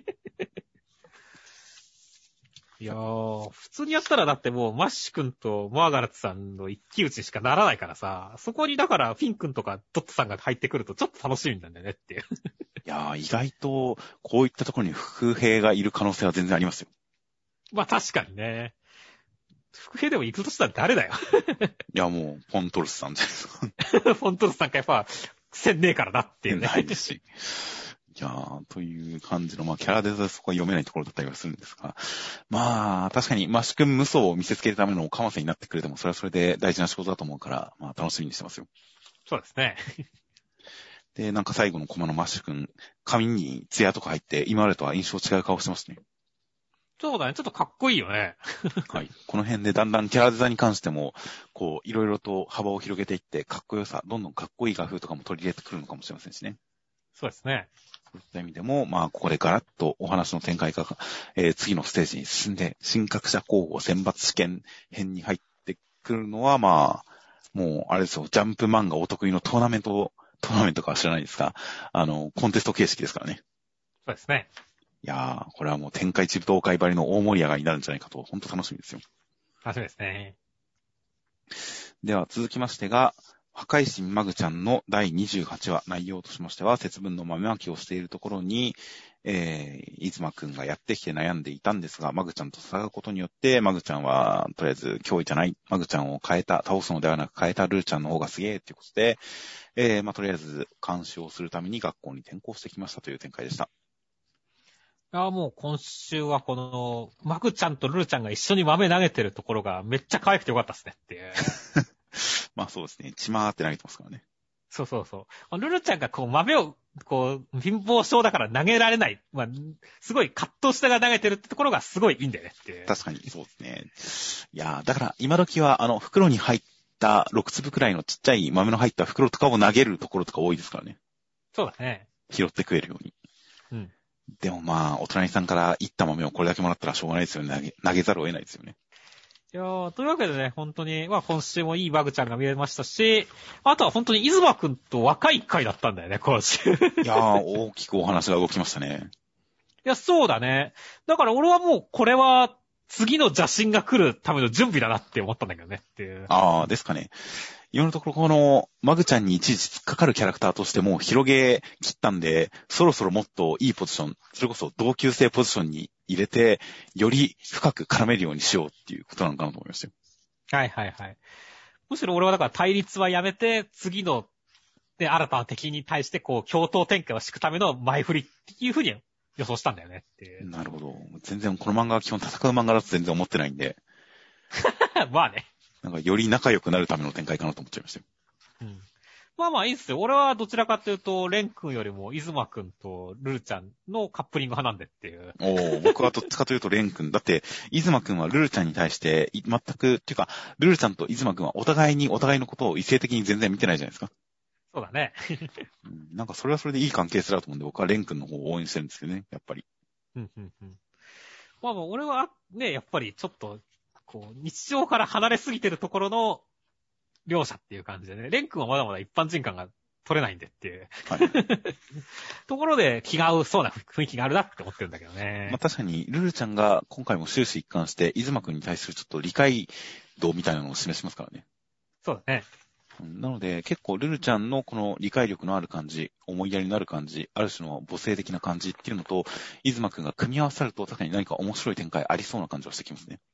いやー、普通にやったらだってもうマッシュ君とマーガレットさんの一騎打ちしかならないからさ、そこにだからフィン君とかドットさんが入ってくるとちょっと楽しみなんだよねっていう。 いやー、意外と、こういったところに伏兵がいる可能性は全然ありますよ。 まあ確かにね。伏兵でも行くとしたら誰だよ。 いや、もう、ポントルスさんじゃないですか。 フォントルスさんかやっぱ、せんねえからなっていうね。 ないですし。いやー、という感じの、まあ、キャラデザそこは読めないところだったりはするんですが、まあ、確かに、マッシュ君無双を見せつけるためのカマセになってくれても、それはそれで大事な仕事だと思うから、まあ、楽しみにしてますよ。 そうですね。 で、なんか最後のコマのマッシュ君、髪にツヤとか入って、今までとは印象違う顔してますね。 そうだね。ちょっとかっこいいよね。 はい。この辺でだんだんキャラデザに関しても、こう、いろいろと幅を広げていって、かっこよさ、どんどんかっこいい画風とかも取り入れてくるのかもしれませんしね。 そうですね。 そういった意味でも、まあ、ここでガラッとお話の展開が、えー、次のステージに進んで、新格者候補選抜試験編に入ってくるのは、まあ、もう、あれですよ、ジャンプ漫画お得意のトーナメント、トーナメントかは知らないですが、あの、コンテスト形式ですからね。 そうですね。 いやー、これはもう天下一武道会ばりの大盛り上がりになるんじゃないかと、本当楽しみですよ。 楽しみですね。 では続きましてが、破壊神マグちゃんのだいにじゅうはちわ、内容としましては、節分の豆まきをしているところに、えー、いずまくんがやってきて悩んでいたんですが、マグちゃんと戦うことによって、マグちゃんは、とりあえず脅威じゃない、マグちゃんを変えた、倒すのではなく変えたルーちゃんの方がすげーっていうことで、えー、まあ、とりあえず監視をするために学校に転校してきましたという展開でした。 いや、もう今週はこの、マグちゃんとルルちゃんが一緒に豆投げてるところがめっちゃ可愛くてよかったですねっていう。 まあそうですね。血まーって投げてますからね。 そうそうそう。ルルちゃんがこう豆を、こう、貧乏症だから投げられない。まあ、すごい葛藤してが投げてるってところがすごいいいんだよねっていう。 確かにそうですね。いやー、だから今時はあの袋に入ったろくつぶくらいのちっちゃい豆の入った袋とかを投げるところとか多いですからね。 そうだね。 拾って食えるように。 うん。 でもまあ、お隣さんからいった豆をこれだけもらったらしょうがないですよね。投げ、投げざるを得ないですよね。 いやー、というわけでね、本当に、まあ今週もいいバグちゃんが見れましたし、あとは本当にイズマくんと若い回だったんだよね、今週。いやー、大きくお話が動きましたね。 いや、そうだね。だから俺はもうこれは次の邪神が来るための準備だなって思ったんだけどねっていう。 あー、ですかね。今のところこの、マグちゃんに一時突っかかるキャラクターとしてもう広げ切ったんで、そろそろもっといいポジション、それこそ同級生ポジションに入れて、より深く絡めるようにしようっていうことなのかなと思いましたよ。 はいはいはい。むしろ俺はだから対立はやめて、次の、で、新たな敵に対してこう、共闘展開を敷くための前振りっていう風に予想したんだよねっていう。 なるほど。全然この漫画は基本戦う漫画だと全然思ってないんで。 まあね。 なんかより仲良くなるための展開かなと思っちゃいましたよ。 うん。まあまあいいっすよ。俺はどちらかというと、レン君よりもイズマ君とルルちゃんのカップリング派なんでっていう。 おー、僕はどっちかというとレン君。だって、イズマ君はルルちゃんに対して、全く、っていうか、ルルちゃんとイズマ君はお互いにお互いのことを異性的に全然見てないじゃないですか。 そうだね。 うん、なんかそれはそれでいい関係性だと思うんで、僕はレン君の方を応援してるんですけどね、やっぱり。 うんうんうん。まあまあ俺はね、やっぱりちょっと、こう、日常から離れすぎてるところの両者っていう感じでね、レン君はまだまだ一般人感が取れないんでっていう。はい。ところで気が合うそうな雰囲気があるなって思ってるんだけどね。 まあ確かに、ルルちゃんが今回も終始一貫して、イズマ君に対するちょっと理解度みたいなのを示しますからね。 そうだね。 なので、結構ルルちゃんのこの理解力のある感じ、思いやりのある感じ、ある種の母性的な感じっていうのと、イズマくんが組み合わさると、確かに何か面白い展開ありそうな感じはしてきますね。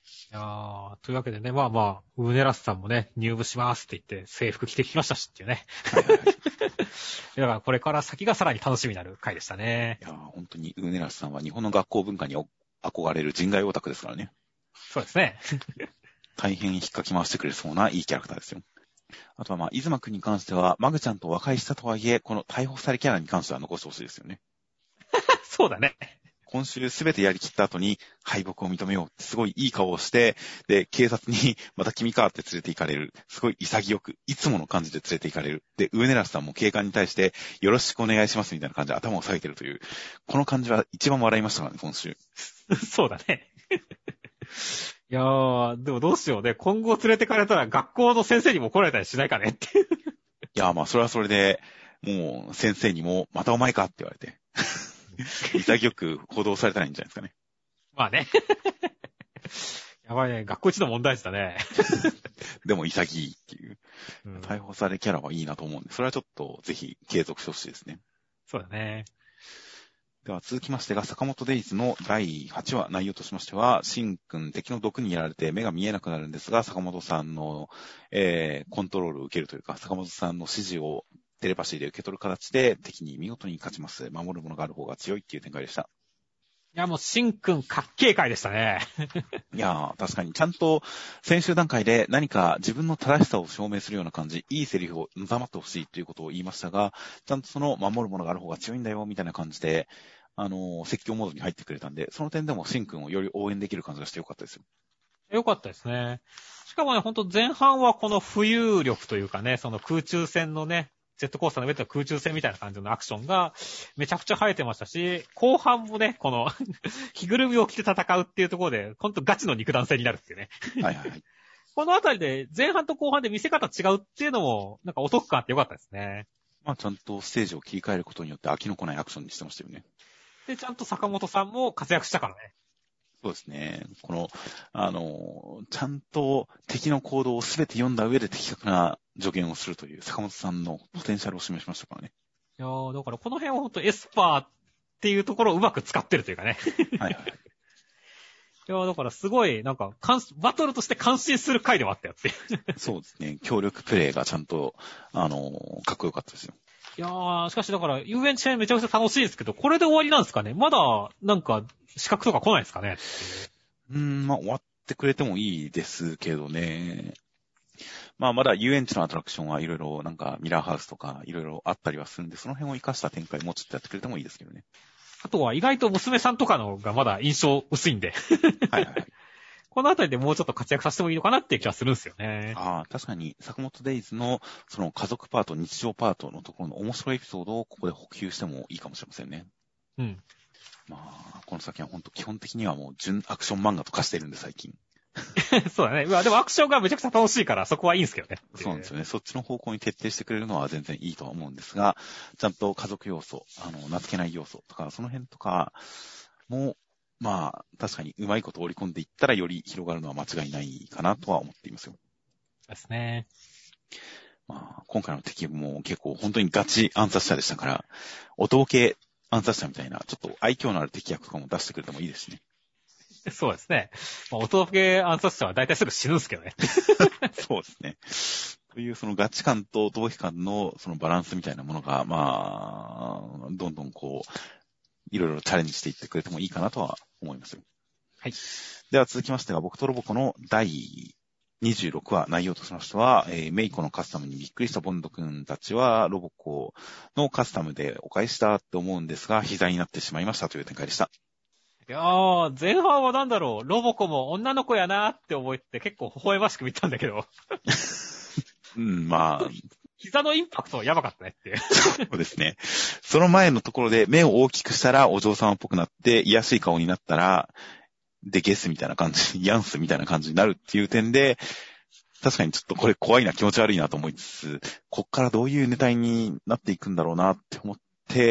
いやー、というわけでね、まあまあ、ウーネラスさんもね、入部しますって言って制服着てきましたしっていうね。 はいはいはい。 だからこれから先がさらに楽しみになる回でしたね。 いやー、本当にウーネラスさんは日本の学校文化に憧れる人外オタクですからね。 そうですね。 大変引っかき回してくれそうないいキャラクターですよ。あとはまあ、イズマくんに関しては、マグちゃんと和解したとはいえ、この逮捕されキャラに関しては残してほしいですよね。 そうだね。 今週すべてやりきった後に敗北を認めようってすごいいい顔をして、で、警察にまた君かって連れて行かれる。すごい潔く、いつもの感じで連れて行かれる。で、ウーネラスさんも警官に対してよろしくお願いしますみたいな感じで頭を下げてるという、この感じは一番笑いましたからね、今週。 そうだね。いやー、でもどうしようね。今後連れてかれたら学校の先生にも怒られたりしないかねっていう。 いや、まあ、それはそれで、もう先生にも、またお前かって言われて。潔く報道されたらいいんじゃないですかね。 まあね。やばいね。学校一の問題児だね。 でも潔いっていう。 うん、 逮捕されキャラはいいなと思うんで、それはちょっとぜひ継続してほしいですね。 そうだね。 では続きましてが、坂本デイズのだいはちわ、内容としましては、シンくん敵の毒にやられて目が見えなくなるんですが、坂本さんの、えー、コントロールを受けるというか、坂本さんの指示をテレパシーで受け取る形で敵に見事に勝ちます。守るものがある方が強いっていう展開でした。 いや、もう、シンくん、かっけえ回でしたね。 いやー、確かに、ちゃんと、先週段階で何か自分の正しさを証明するような感じ、いいセリフをのざまってほしいということを言いましたが、ちゃんとその守るものがある方が強いんだよ、みたいな感じで、あのー、説教モードに入ってくれたんで、その点でもシンくんをより応援できる感じがしてよかったですよ。 よかったですね。しかもね、ほんと前半はこの浮遊力というかね、その空中戦のね、ジェットコースターの上では空中戦みたいな感じのアクションがめちゃくちゃ生えてましたし、後半もね、この着ぐるみを着て戦うっていうところで、ほんとガチの肉弾戦になるっていうね。 はいはいはい。 このあたりで前半と後半で見せ方違うっていうのも、なんかお得感あってよかったですね。 まあ、ちゃんとステージを切り替えることによって飽きのこないアクションにしてましたよね。 で、ちゃんと坂本さんも活躍したからね。 そうですね。この、あの、ちゃんと敵の行動をすべて読んだ上で的確な助言をするという坂本さんのポテンシャルを示しましたからね。 いやー、だからこの辺はほんとエスパーっていうところをうまく使ってるというかね。 はいはい。 いやー、だからすごい、なんか、バトルとして感心する回ではあったよっていう。 そうですね。協力プレイがちゃんと、あの、かっこよかったですよ。 いやー、しかしだから、遊園地編めちゃくちゃ楽しいですけど、これで終わりなんですかね？まだ、なんか、資格とか来ないですかね？ うーん、まあ、終わってくれてもいいですけどね。まあ、まだ遊園地のアトラクションはいろいろ、なんか、ミラーハウスとか、いろいろあったりはするんで、その辺を活かした展開もうちょっとやってくれてもいいですけどね。 あとは、意外と娘さんとかのがまだ印象薄いんで。 はいはいはい。 このあたりでもうちょっと活躍させてもいいのかなっていう気はするんですよね。 ああ、確かに、坂本デイズの、その家族パート、日常パートのところの面白いエピソードをここで補給してもいいかもしれませんね。 うん。 まあ、この先は本当基本的にはもう純アクション漫画と化してるんで、最近。 そうだね。うわ、でもアクションがめちゃくちゃ楽しいから、そこはいいんですけどね。 そうなんですよね。そっちの方向に徹底してくれるのは全然いいとは思うんですが、ちゃんと家族要素、あの、名付けない要素とか、その辺とかも、まあ、確かにうまいこと織り込んでいったらより広がるのは間違いないかなとは思っていますよ。 ですね。 まあ、今回の敵も結構本当にガチ暗殺者でしたから、音系暗殺者みたいな、ちょっと愛嬌のある敵役とかも出してくれてもいいですしね。 そうですね。まあ、音系暗殺者は大体すぐ死ぬんですけどね。 そうですね。というそのガチ感と同期感のそのバランスみたいなものが、まあ、どんどんこう、いろいろチャレンジしていってくれてもいいかなとは思いますよ。 はい。 では続きましてが、僕とロボコのだいにじゅうろくわ、内容としましては、えー、メイコのカスタムにびっくりしたボンド君たちは、ロボコのカスタムでお返しだって思うんですが、膝になってしまいましたという展開でした。 いやー、前半はなんだろう、ロボコも女の子やなーって思って結構微笑ましく見たんだけど。 うん、まあ。 膝のインパクトはやばかったねっていう。 そうですね。その前のところで目を大きくしたらお嬢様っぽくなって、癒やしい顔になったら、で、ゲスみたいな感じ、ヤンスみたいな感じになるっていう点で、確かにちょっとこれ怖いな、気持ち悪いなと思いつつ、こっからどういうネタになっていくんだろうなって思って、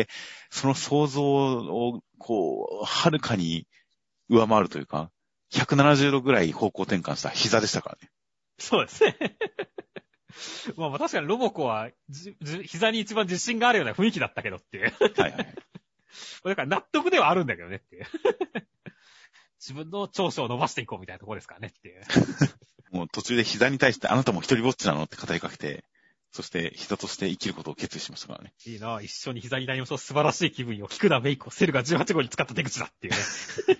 その想像を、こう、はるかに上回るというか、ひゃくななじゅうどぐらい方向転換した膝でしたからね。 そうですね。まあまあ確かにロボコはじじ膝に一番自信があるような雰囲気だったけどっていう。 はいはい。 だから納得ではあるんだけどねっていう。 自分の長所を伸ばしていこうみたいなところですからねっていう。 もう途中で膝に対してあなたも一人ぼっちなのって語りかけて、そして膝として生きることを決意しましたからね。 いいな、一緒に膝になりましょう。素晴らしい気分よ。菊田メイコ、セルがじゅうはち号に使った手口だっていうね。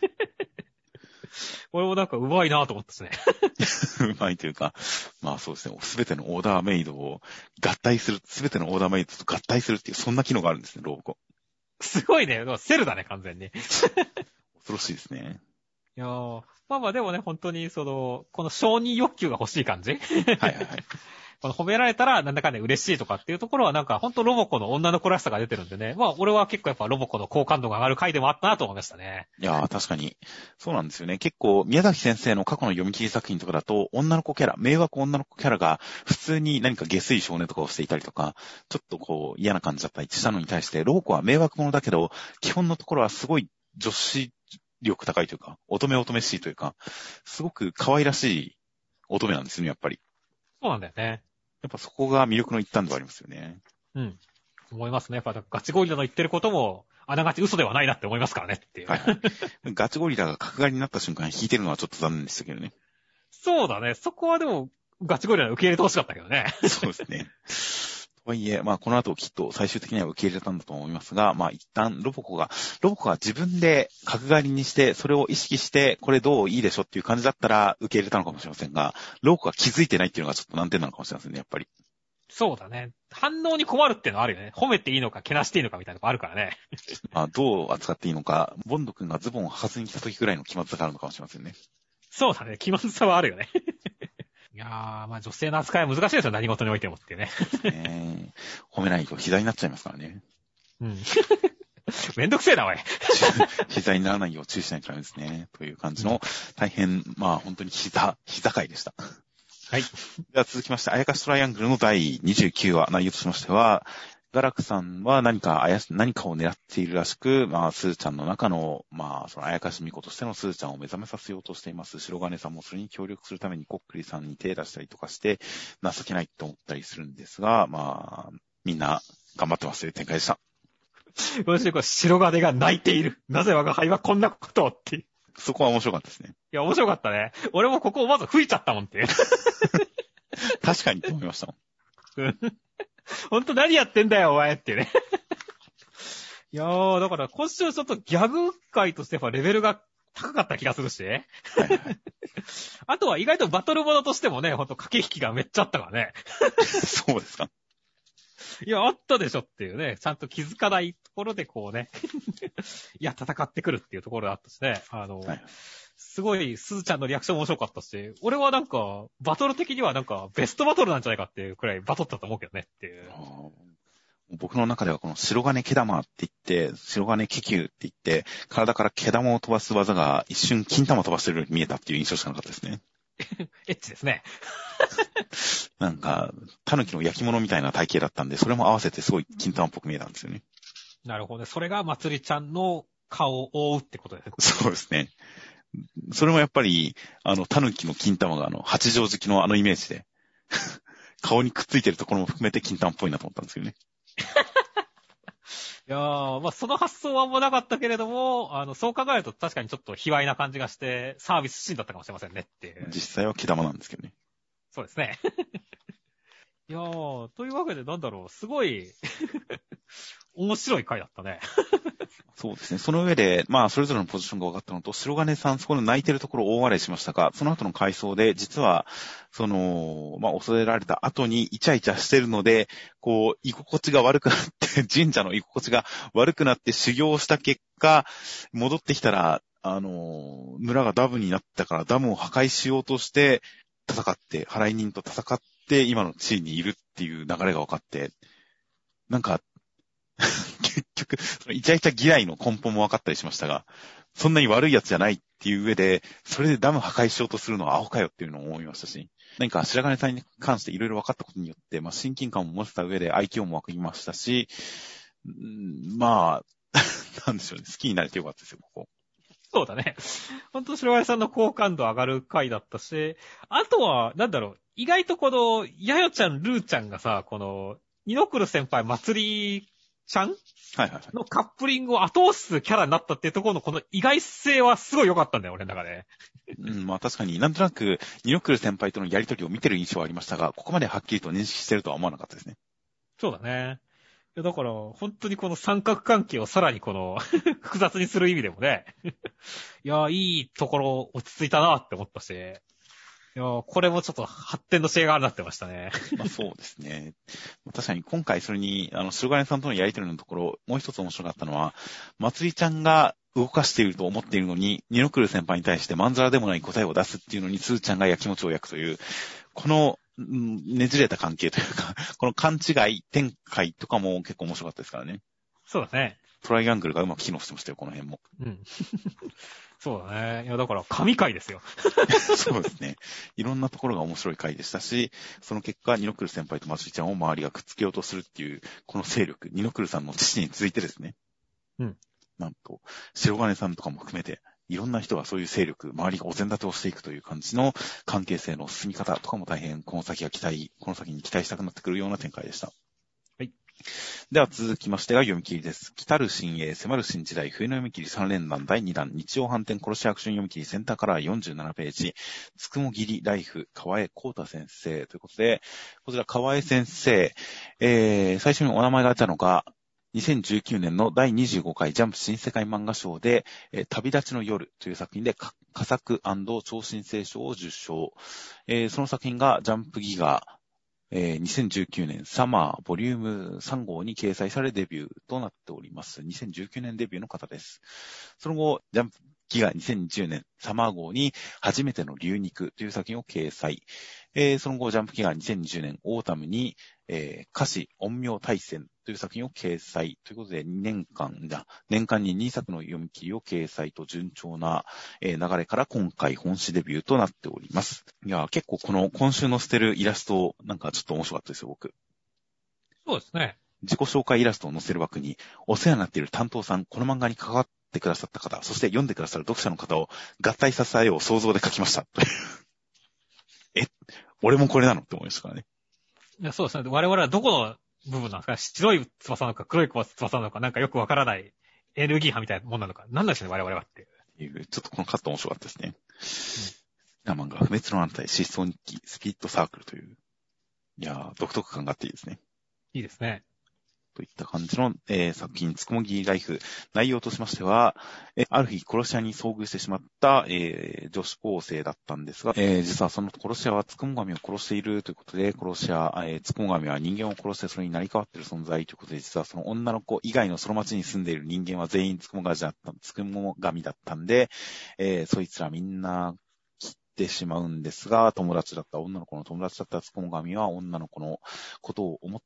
これもなんかうまいなと思ったですね。 うまいというか、まあそうですね、すべてのオーダーメイドを合体する、すべてのオーダーメイドと合体するっていう、そんな機能があるんですね、ロボコ。 すごいね。セルだね、完全に。 恐ろしいですね。 いやー、まあまあでもね、本当にその、この承認欲求が欲しい感じ。 はいはいはい。 この褒められたらなんだかんだ嬉しいとかっていうところはなんか本当ロボコの女の子らしさが出てるんでね。まあ俺は結構やっぱロボコの好感度が上がる回でもあったなと思いましたね。 いやー確かに。そうなんですよね。結構宮崎先生の過去の読み切り作品とかだと女の子キャラ、迷惑女の子キャラが普通に何か下水少年とかをしていたりとか、ちょっとこう嫌な感じだったりしたのに対してロボコは迷惑者だけど、基本のところはすごい女子力高いというか、乙女乙女しいというか、すごく可愛らしい乙女なんですよね、やっぱり。 そうなんだよね。 やっぱそこが魅力の一端ではありますよね。 うん。思いますね。やっぱガチゴリラの言ってることも、あながち嘘ではないなって思いますからねっていう。 はいはい。ガチゴリラが角刈りになった瞬間引いてるのはちょっと残念でしたけどね。 そうだね。そこはでも、ガチゴリラ受け入れてほしかったけどね。 そうですね。とはいえ、まあこの後きっと最終的には受け入れたんだと思いますが、まあ一旦ロボコが、ロボコが自分で角刈りにして、それを意識して、これどういいでしょっていう感じだったら受け入れたのかもしれませんが、ロボコが気づいてないっていうのがちょっと難点なのかもしれませんね、やっぱり。 そうだね。反応に困るっていうのはあるよね。褒めていいのか、けなしていいのかみたいなとこあるからね。 まあどう扱っていいのか、ボンド君がズボンを履かずに来た時ぐらいの気まずさがあるのかもしれませんね。 そうだね。気まずさはあるよね。いやー、まあ女性の扱いは難しいですよ。何事においてもっていうね。 ね褒めないと膝になっちゃいますからね。 うん。めんどくせえな、おい。 膝にならないよう注意しないとダメですね。という感じの、大変、まあ本当に膝、膝回でした。 はい。 では続きまして、あやかしトライアングルのだいにじゅうきゅうわ、内容としましては、ガラクさんは何かあやし、何かを狙っているらしく、まあ、スーちゃんの中の、まあ、そのあやかし巫女としてのスーちゃんを目覚めさせようとしています。白金さんもそれに協力するためにコックリさんに手出したりとかして、情けないと思ったりするんですが、まあ、みんな頑張ってますという展開でした。 私、これ、白金が泣いている。なぜ我が輩はこんなことをっていう。 そこは面白かったですね。 いや、面白かったね。俺もここをまず吹いちゃったもんっていう。 確かにって思いましたもん。 ほんと何やってんだよ、お前っていうね。いやー、だから今週ちょっとギャグ界としてやっぱレベルが高かった気がするし。はいはい、あとは意外とバトルモノとしてもね、ほんと駆け引きがめっちゃあったからね。 そうですか。 いや、あったでしょっていうね、ちゃんと気づかないところでこうね、いや、戦ってくるっていうところがあったしね、あの、はい、すごい、すずちゃんのリアクション面白かったし、俺はなんか、バトル的にはなんか、ベストバトルなんじゃないかっていうくらいバトったと思うけどねっていう。 僕の中ではこの白金毛玉って言って、白金気球って言って、体から毛玉を飛ばす技が一瞬金玉飛ばしてるように見えたっていう印象しかなかったですね。 エッチですね。 なんか、狸の焼き物みたいな体型だったんで、それも合わせてすごい金玉っぽく見えたんですよね。 なるほどね。それがまつりちゃんの顔を覆うってことですね。 そうですね。それもやっぱり、あの、狸の金玉があの、八丈敷のあのイメージで、顔にくっついてるところも含めて金玉っぽいなと思ったんですけどね。 いやー、まあ、その発想はあんまなかったけれども、あの、そう考えると確かにちょっと卑猥な感じがして、サービスシーンだったかもしれませんねっていう。 実際は毛玉なんですけどね。 そうですね。いやー、というわけでなんだろう、すごい、面白い回だったね。 そうですね。その上で、まあ、それぞれのポジションが分かったのと、白金さん、そこの泣いてるところを大笑いしましたが、その後の回想で、実は、その、まあ、恐れられた後にイチャイチャしてるので、こう、居心地が悪くなって、神社の居心地が悪くなって修行した結果、戻ってきたら、あの、村がダムになったからダムを破壊しようとして、戦って、払い人と戦って、今の地位にいるっていう流れが分かって、なんか、結局、そのイチャイチャ嫌いの根本も分かったりしましたが、そんなに悪いやつじゃないっていう上で、それでダム破壊しようとするのはアホかよっていうのを思いましたし、何か白金さんに関していろいろ分かったことによって、まあ親近感も持てた上で愛嬌も湧きましたし、んまあ、なんでしょうね、好きになれてよかったですよ、ここ。 そうだね。本当白金さんの好感度上がる回だったし、あとは、なんだろう、意外とこの、やよちゃん、ルーちゃんがさ、この、ニノクル先輩、祭りちゃんはいはいはい。 のカップリングを後押すキャラになったっていうところのこの意外性はすごい良かったんだよ、俺の中で。 うん、まあ確かになんとなく、ニノクル先輩とのやりとりを見てる印象はありましたが、ここまではっきりと認識してるとは思わなかったですね。 そうだね。いやだから、本当にこの三角関係をさらにこの複雑にする意味でもね。いや、いいところ落ち着いたなって思ったし。いや、これもちょっと発展のしがいがなってましたね。 まあそうですね。確かに今回それに、あの、白金さんとのやりとりのところ、もう一つ面白かったのは、まつりちゃんが動かしていると思っているのに、ニノクル先輩に対してまんざらでもない答えを出すっていうのに、スーちゃんがやきもちを焼くという、この、ねじれた関係というか、この勘違い展開とかも結構面白かったですからね。 そうだね。 トライアングルがうまく機能してましたよ、この辺も。 うん。そうだね。いや、だから、神回ですよ。 そうですね。いろんなところが面白い回でしたし、その結果、ニノクル先輩とまつりちゃんを周りがくっつけようとするっていう、この勢力、ニノクルさんの父に続いてですね。 うん。 なんと、白金さんとかも含めて、いろんな人がそういう勢力、周りがお膳立てをしていくという感じの関係性の進み方とかも大変、この先が期待、この先に期待したくなってくるような展開でした。 はい。 では続きましてが読み切りです。来たる新鋭、迫る新時代、冬の読み切りさん連弾だいに弾、日曜反転殺しアクション読み切りセンターカラーよんじゅうななページ、つくもぎりライフ、河江光太先生ということで、こちら河江先生、えー、最初にお名前が出たのが、にせんじゅうきゅうねんのだいにじゅうごかいジャンプ新世界漫画賞で、えー、旅立ちの夜という作品で佳作&超新星賞を受賞。えー、その作品がジャンプギガ、えー、にせんじゅうきゅうねんサマーボリュームさん号に掲載されデビューとなっております。にせんじゅうきゅうねんデビューの方です。その後、ジャンプギガにせんにじゅうねんサマー号に初めての竜肉という作品を掲載。えー、その後、ジャンプギガにせんにじゅうねんオータムに、えー、歌詞陰陽大戦という作品を掲載ということでにねんかんだ、年間ににさくの読み切りを掲載と順調な、えー、流れから今回本誌デビューとなっております。いや、結構この今週載せてるイラスト、なんかちょっと面白かったですよ、僕。 そうですね。 自己紹介イラストを載せる枠に、お世話になっている担当さん、この漫画に関わってくださった方、そして読んでくださる読者の方を合体させよう想像で書きました。え、俺もこれなのって思いましたからね。 いや、そうですね。我々はどこの部分なんですか？白い翼なのか黒い翼なのかなんかよくわからないエネルギー波みたいなもんなのか何なんでしょうね、我々はっていう。ちょっとこのカット面白かったですね。うん、漫画、不滅の安泰、失踪日記、スピリットサークルという。いやー、独特感があっていいですね。 いいですね。 といった感じの、えー、作品、つくもぎライフ。内容としましては、えー、ある日殺し屋に遭遇してしまった、えー、女子高生だったんですが、えー、実はその殺し屋はつくも神を殺しているということで、殺し屋、えー、つくも神は人間を殺してそれになり変わっている存在ということで、実はその女の子以外のその町に住んでいる人間は全員つくも神だった、つくも神だったんで、えー、そいつらみんな、切ってしまうんですが、友達だった女の子の友達だったつくも神は女の子のことを思って、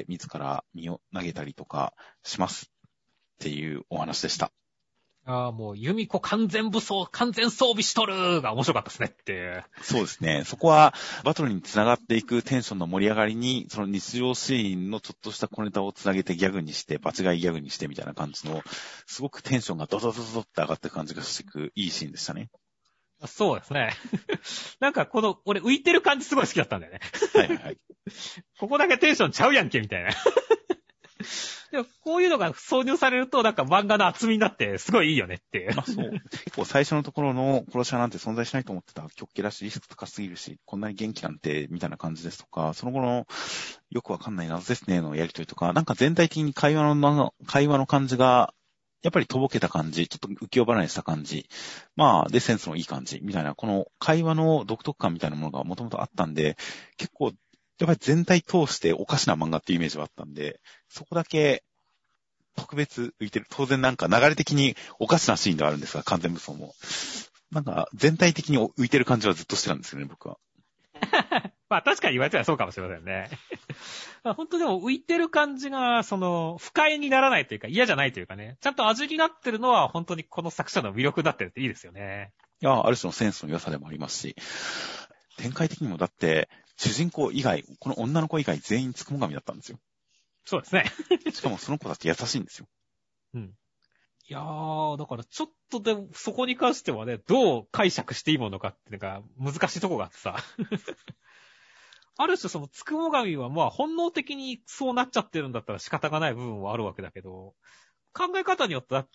自ら身を投げたりとかしますっていうお話でした。 ああ、もう、ユミコ完全武装、完全装備しとるが面白かったですねっていう。 そうですね。そこはバトルに繋がっていくテンションの盛り上がりに、その日常シーンのちょっとした小ネタを繋げてギャグにして、場違いギャグにしてみたいな感じの、すごくテンションがドドドドドって上がってる感じがしていく、いいシーンでしたね。 そうですね。なんかこの、俺浮いてる感じすごい好きだったんだよね。 はいはいはい。 ここだけテンションちゃうやんけ、みたいな。でもこういうのが挿入されると、なんか漫画の厚みになって、すごいいいよねっていう。 まあそう。結構最初のところの殺し屋なんて存在しないと思ってた。極気だし、リスク高すぎるし、こんなに元気なんて、みたいな感じですとか、その後の、よくわかんない謎ですねのやりとりとか、なんか全体的に会話の、会話の感じが、やっぱりとぼけた感じ、ちょっと浮世離れした感じ。まあ、で、センスのいい感じ、みたいな、この会話の独特感みたいなものがもともとあったんで、結構、やっぱり全体通しておかしな漫画っていうイメージはあったんで、そこだけ、特別浮いてる。当然なんか流れ的におかしなシーンではあるんですが、完全武装も。なんか全体的に浮いてる感じはずっとしてたんですよね、僕は。 まあ確かに言われたらそうかもしれませんね。本当でも浮いてる感じが、その、不快にならないというか嫌じゃないというかね、ちゃんと味になってるのは本当にこの作者の魅力だっていいですよね。 いや、ある種のセンスの良さでもありますし、展開的にもだって、主人公以外、この女の子以外全員つくも神だったんですよ。 そうですね。 しかもその子だって優しいんですよ。 うん。いやー、だからちょっとでもそこに関してはね、どう解釈していいものかっていうのが難しいとこがあってさ。 ある種そのつくも神はまあ本能的にそうなっちゃってるんだったら仕方がない部分はあるわけだけど、考え方によってだって、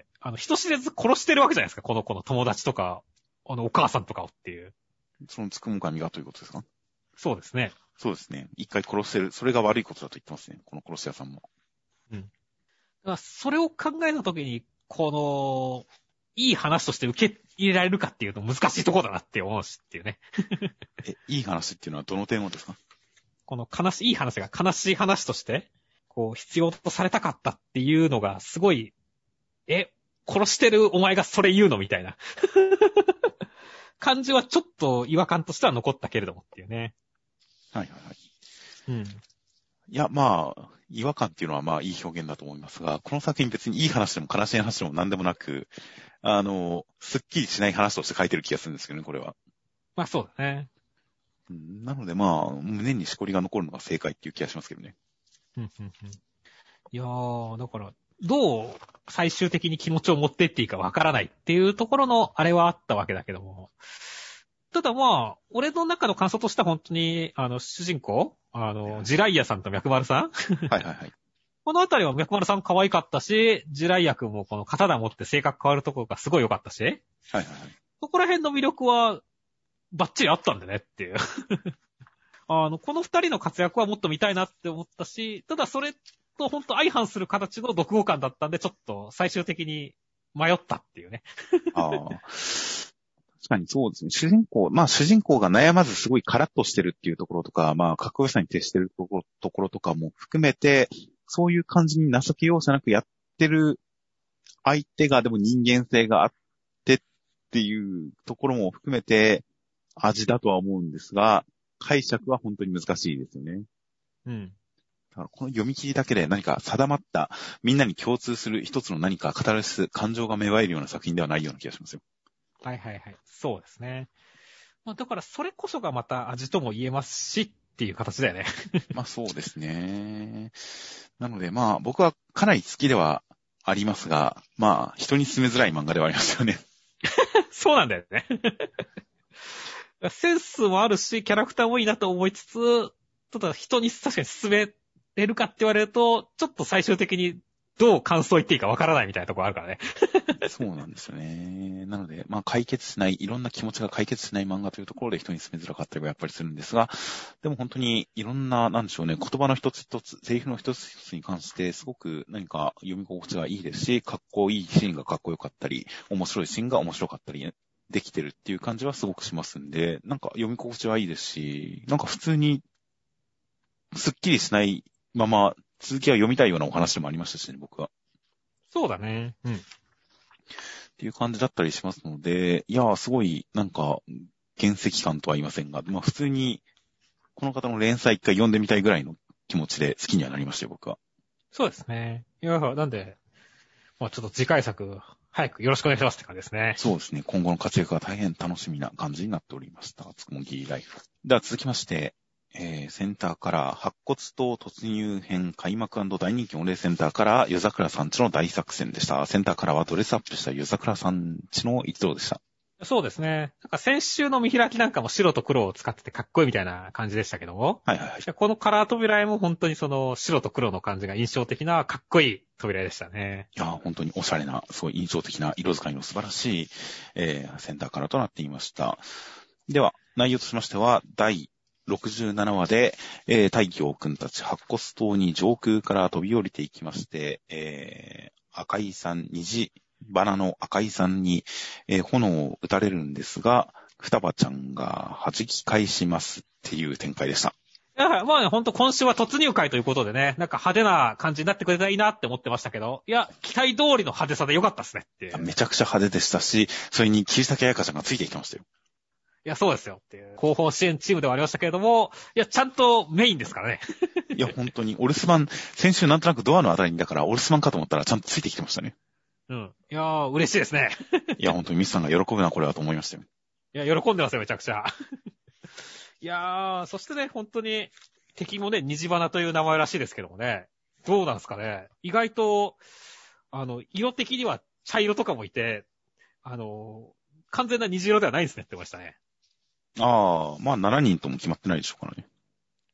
あの、人知れず殺してるわけじゃないですか、この子の友達とか、あの、お母さんとかをっていう。 そのつくも神がということですか？ そうですね。 そうですね。一回殺してる。それが悪いことだと言ってますね。この殺し屋さんも。 うん。だからそれを考えたときに、この、いい話として受け入れられるかっていうと難しいところだなって思うしっていうね。 え、いい話っていうのはどの点をですか？ この悲しい、いい話が悲しい話として、こう、必要とされたかったっていうのがすごい、え、殺してるお前がそれ言うのみたいな感じはちょっと違和感としては残ったけれどもっていうね。 はいはいはい。 うん。 いや、まあ、違和感っていうのはまあいい表現だと思いますが、この作品別にいい話でも悲しい話でも何でもなく、あの、すっきりしない話として書いてる気がするんですけどね、これは。 まあそうだね。 うん、なのでまあ、胸にしこりが残るのが正解っていう気がしますけどね。 うんうんうん。いやー、だから、どう最終的に気持ちを持ってっていいかわからないっていうところのあれはあったわけだけども。ただまあ、俺の中の感想としては本当に、あの、主人公あの、ジライヤさんと脈丸さんはいはいはい。 このあたりは脈丸さん可愛かったし、ジライヤ君もこの刀持って性格変わるところがすごい良かったし、 はいはいはい。 そこら辺の魅力はバッチリあったんだねっていう。あの、この二人の活躍はもっと見たいなって思ったし、ただそれと本当相反する形の読後感だったんで、ちょっと最終的に迷ったっていうね。 ああ。確かにそうですね。主人公、まあ主人公が悩まずすごいカラッとしてるっていうところとか、まあかっこよさに徹してるところ、ところとかも含めて、そういう感じに情け容赦なくやってる相手がでも人間性があってっていうところも含めて味だとは思うんですが、解釈は本当に難しいですよね。 うん。 だからこの読み切りだけで何か定まったみんなに共通する一つの何かカタルシス、感情が芽生えるような作品ではないような気がしますよ。 はいはいはい。そうですね。まあだからそれこそがまた味とも言えますしっていう形だよね。 まあそうですね。なのでまあ僕はかなり好きではありますが、まあ人に勧めづらい漫画ではありますよね。 そうなんだよね。センスもあるし、キャラクターもいいなと思いつつ、ただ人に確かに勧めれるかって言われると、ちょっと最終的にどう感想言っていいかわからないみたいなところあるからね。 そうなんですよね。なので、まあ解決しない、いろんな気持ちが解決しない漫画というところで人に勧めづらかったりはやっぱりするんですが、でも本当にいろんな、なんでしょうね、言葉の一つ一つ、セリフの一つ一つに関してすごく何か読み心地がいいですし、かっこいいシーンがかっこよかったり、面白いシーンが面白かったり、できてるっていう感じはすごくしますんで、なんか読み心地はいいですし、なんか普通にすっきりしないまま続きは読みたいようなお話でもありましたしね、僕は。 そうだね。うん。 っていう感じだったりしますので、いやーすごいなんか原石感とは言いませんが、まあ普通にこの方の連載一回読んでみたいぐらいの気持ちで好きにはなりましたよ、僕は。 そうですね。いや、なんで、まあちょっと次回作、早くよろしくお願いしますって感じですね。 そうですね。今後の活躍が大変楽しみな感じになっておりました。つくもぎライフ。では続きまして、えー、センターから白骨島突入編開幕&大人気御礼センターから夜桜さんちの大作戦でした。センターからはドレスアップした夜桜さんちの一同でした。 そうですね。なんか先週の見開きなんかも白と黒を使っててかっこいいみたいな感じでしたけども。 はいはいはい。 このカラー扉絵も本当にその白と黒の感じが印象的なかっこいい扉絵でしたね。 いやー本当におしゃれな、すごい印象的な色使いの素晴らしい、えー、センターからとなっていました。では、内容としましては、だいろくじゅうななわで、えー、大行くんたち白骨島に上空から飛び降りていきまして、えー、赤井さん、虹花の赤井さんに、えー、炎を撃たれるんですが、双葉ちゃんが弾き返しますっていう展開でした。 いや、まあね、ほんと今週は突入会ということでね、なんか派手な感じになってくれたらいいなって思ってましたけど、いや、期待通りの派手さでよかったですねっていう。 めちゃくちゃ派手でしたし、それに桐崎彩香ちゃんがついていきましたよ。 いや、そうですよっていう。後方支援チームではありましたけれども、いや、ちゃんとメインですからね。 いや、本当に、お留守番、先週なんとなくドアのあたりにだから、お留守番かと思ったらちゃんとついてきてましたね。 うん。いやー、嬉しいですね。 いや、本当にミスさんが喜ぶな、これはと思いましたよ。 いや、喜んでますよ、めちゃくちゃ。いやー、そしてね、本当に、敵もね、虹花という名前らしいですけどもね、どうなんですかね。意外と、あの、色的には茶色とかもいて、あの、完全な虹色ではないんですねって言いましたね。 ああ、まあしちにんとも決まってないでしょうからね。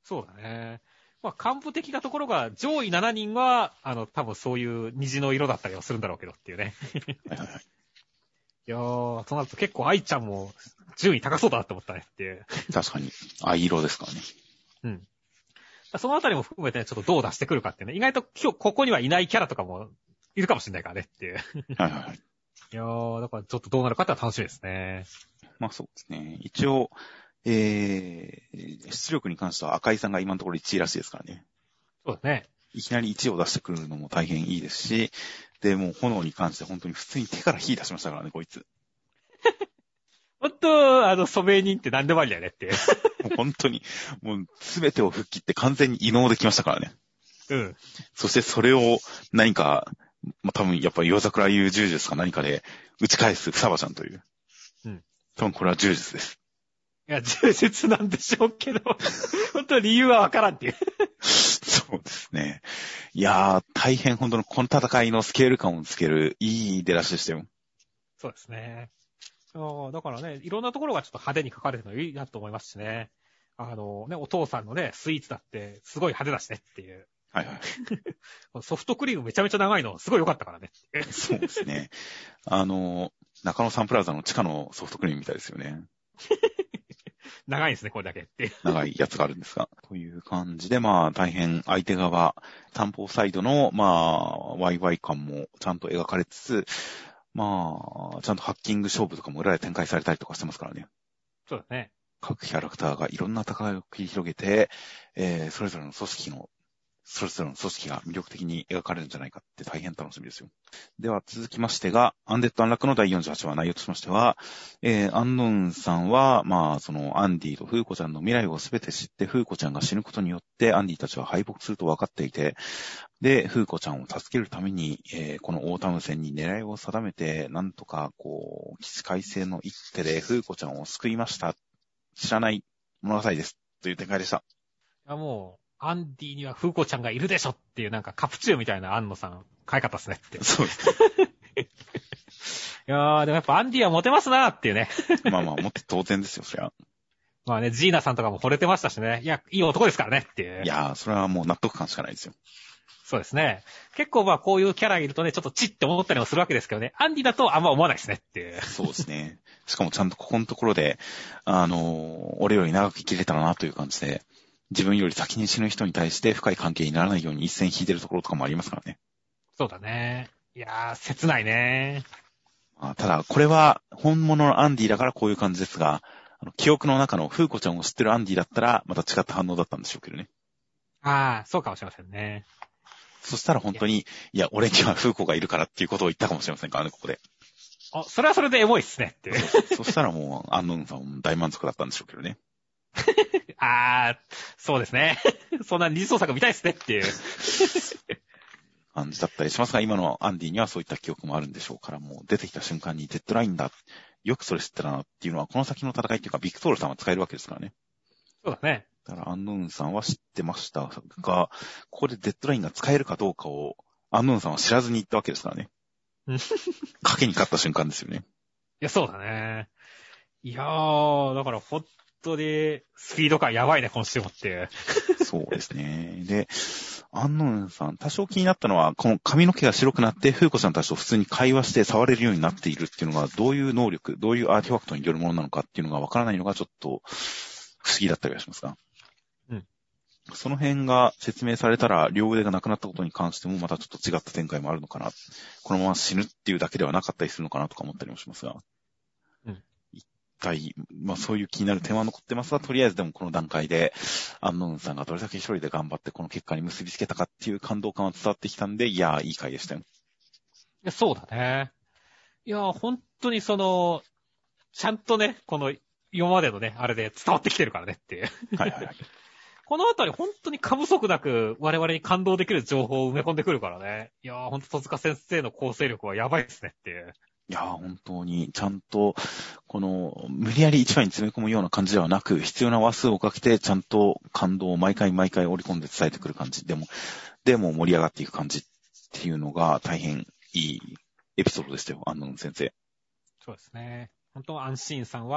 そうだね。まあ、幹部的なところが、上位しちにんは、あの、多分そういう虹の色だったりはするんだろうけどっていうね。 はいはいはい。 いやー、となると結構愛ちゃんも順位高そうだなって思ったねっていう。 確かに。藍色ですからね。 うん。そのあたりも含めて、ちょっとどう出してくるかってね。意外と今日、ここにはいないキャラとかもいるかもしれないからねっていう。 はいはいはい。 いやー、だからちょっとどうなるかって楽しみですね。 まあそうですね。一応、えー、出力に関しては赤井さんが今のところいちいらしいですからね。 そうだね。 いきなりいちを出してくるのも大変いいですし、で、もう炎に関して本当に普通に手から火出しましたからね、こいつ。 ほんと、あの、ソメイ人って何でもありだよねっていう。 もう本当に、もうすべてを吹っ切って完全に異能できましたからね。 うん。 そしてそれを何か、まあ、多分やっぱり夜桜流柔術か何かで打ち返す双葉ちゃんという。 うん。 多分これは柔術です。 いや、重説なんでしょうけど、本当理由はわからんっていう。 そうですね。いやー、大変本当にこの戦いのスケール感をつけるいい出だしでしたよ。 そうですね。あだからね、いろんなところがちょっと派手に書かれてるのいいなと思いますしね。あのね、お父さんのね、スイーツだってすごい派手だしねっていう。 はいはい。 ソフトクリームめちゃめちゃ長いのすごい良かったからね。 そうですね。あの、中野サンプラザの地下のソフトクリームみたいですよね。 長いんですね、これだけっていう。 長いやつがあるんですが。という感じで、まあ、大変相手側、担保サイドの、まあ、ワイワイ感もちゃんと描かれつつ、まあ、ちゃんとハッキング勝負とかも裏で展開されたりとかしてますからね。 そうだね。 各キャラクターがいろんな戦いを繰り広げて、えー、それぞれの組織の、それぞれの組織が魅力的に描かれるんじゃないかって大変楽しみですよ。では続きましてが、アンデッド・アンラックのだいよんじゅうはちわ内容としましては、えー、アンノーンさんは、まあ、その、アンディとフーコちゃんの未来をすべて知って、フーコちゃんが死ぬことによって、アンディたちは敗北すると分かっていて、で、フーコちゃんを助けるために、えー、このオータム戦に狙いを定めて、なんとか、こう、起死回生の一手でフーコちゃんを救いました。知らない物語です。という展開でした。 いやもう、アンディにはフーコちゃんがいるでしょっていうなんかカプチューみたいなアンノさん、可愛かったっすねって。 そうですね。 いやー、でもやっぱアンディはモテますなーっていうね。 まあまあ、もっと当然ですよ、そりゃ。 まあね、ジーナさんとかも惚れてましたしね。いや、いい男ですからねっていう。 いやー、それはもう納得感しかないですよ。 そうですね。結構まあこういうキャラいるとね、ちょっとチッって思ったりもするわけですけどね。アンディだとあんま思わないですねっていう。 そうですね。しかもちゃんとここのところで、あのー、俺より長く生きれたらなという感じで、自分より先に死ぬ人に対して深い関係にならないように一線引いてるところとかもありますからね。 そうだね。いやー、切ないね。 まあ、ただ、これは本物のアンディだからこういう感じですが、あの記憶の中のフーコちゃんを知ってるアンディだったら、また違った反応だったんでしょうけどね。 ああ、そうかもしれませんね。 そしたら本当に、いや、俺にはフーコがいるからっていうことを言ったかもしれませんからね、ここで。 あ、それはそれでエモいっすねって。 そしたらもう、アンノンさんも大満足だったんでしょうけどね。 ああ、そうですね。そんな二次創作見たいっすねっていう。 感じだったりしますが、今のアンディにはそういった記憶もあるんでしょうから、もう出てきた瞬間にデッドラインだ。よくそれ知ってたなっていうのは、この先の戦いっていうか、ビクトールさんは使えるわけですからね。 そうだね。 だから、アンノーンさんは知ってましたが、ここでデッドラインが使えるかどうかを、アンノーンさんは知らずに行ったわけですからね。賭けに勝った瞬間ですよね。いや、そうだね。いやー、だから本当に、スピード感やばいね、今週もっていう。 そうですね。で、アンノーンさん、多少気になったのは、この髪の毛が白くなって、フーコちゃんたちと普通に会話して触れるようになっているっていうのが、どういう能力、どういうアーティファクトによるものなのかっていうのがわからないのがちょっと不思議だったりはしますが。 うん。 その辺が説明されたら、両腕がなくなったことに関してもまたちょっと違った展開もあるのかな。このまま死ぬっていうだけではなかったりするのかなとか思ったりもしますが。 うん。 一体、まあそういう気になる点は残ってますが、とりあえずでもこの段階で、アンノーンさんがどれだけ一人で頑張ってこの結果に結びつけたかっていう感動感は伝わってきたんで、いやー、いい回でしたよ。 いや、そうだね。いや、本当にその、ちゃんとね、この、今までのね、あれで伝わってきてるからねっていう。 はいはいはい。 このあたり本当に過不足なく我々に感動できる情報を埋め込んでくるからね。いやー、本当戸塚先生の構成力はやばいですねっていう。 いやー、本当に、ちゃんと、この、無理やり一話に詰め込むような感じではなく、必要な話数をかけて、ちゃんと感動を毎回毎回織り込んで伝えてくる感じ。でも、でも盛り上がっていく感じっていうのが大変いいエピソードでしたよ、アンノン先生。 そうですね。本当、アンシーンさんは、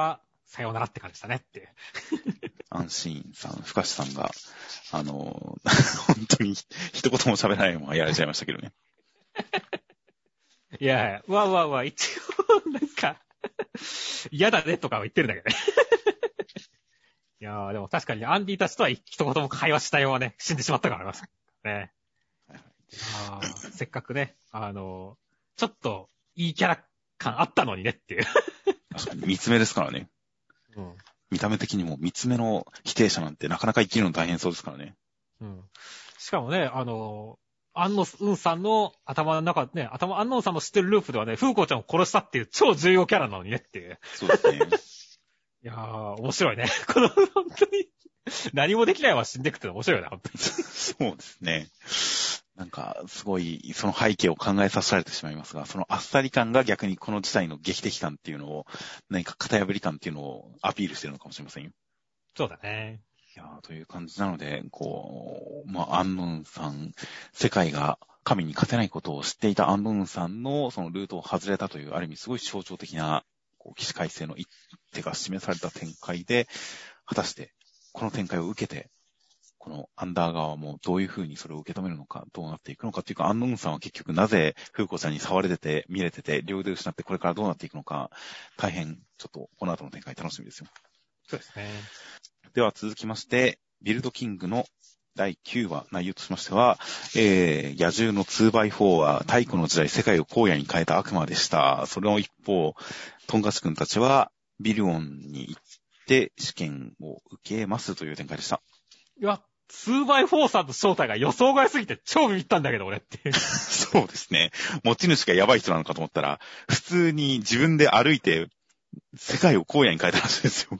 さようならって感じでしたねっていう。 安心さん、深志さんが、あの、本当に一言も喋らないままやられちゃいましたけどね。 いや、わわわ、一応、なんか、嫌だねとかは言ってるんだけどね。いやー、でも確かにアンディたちとは一言も会話したようはね、死んでしまったからありますね。あーせっかくね、あの、ちょっといいキャラ感あったのにねっていう。 確かに、三つ目ですからね。 うん。 見た目的にも三つ目の否定者なんてなかなか生きるの大変そうですからね。 うん。しかもね、あの、安野運さんの頭の中ね、頭、安野さんの知ってるループではね、風子ちゃんを殺したっていう超重要キャラなのにねっていう。 そうですね。 いやー、面白いね。この、本当に、何もできないは死んでくって面白いよね、本当に。 そうですね。なんか、すごい、その背景を考えさせられてしまいますが、そのあっさり感が逆にこの事態の劇的感っていうのを、何か型破り感っていうのをアピールしてるのかもしれませんよ。 そうだね。 いやー、という感じなので、こう、まあ、アンノンさん、世界が神に勝てないことを知っていたアンノンさんのそのルートを外れたという、ある意味すごい象徴的な、こう、起死回生の一手が示された展開で、果たして、この展開を受けて、このアンダー側もどういう風にそれを受け止めるのか、どうなっていくのかっていうか、アンノンさんは結局なぜ、風子ちゃんに触れてて、見れてて、両腕失ってこれからどうなっていくのか、大変、ちょっとこの後の展開楽しみですよ。 そうですね。 では続きまして、ビルドキングのだいきゅうわ、内容としましては、えー、野獣の ツーバイフォー は太古の時代世界を荒野に変えた悪魔でした。それの一方、トンガチ君たちはビルオンに行って試験を受けますという展開でした。 いや、ツーバイフォー さんの正体が予想外すぎて超ビビったんだけど、俺って。 そうですね。持ち主がやばい人なのかと思ったら、普通に自分で歩いて世界を荒野に変えたらしいですよ。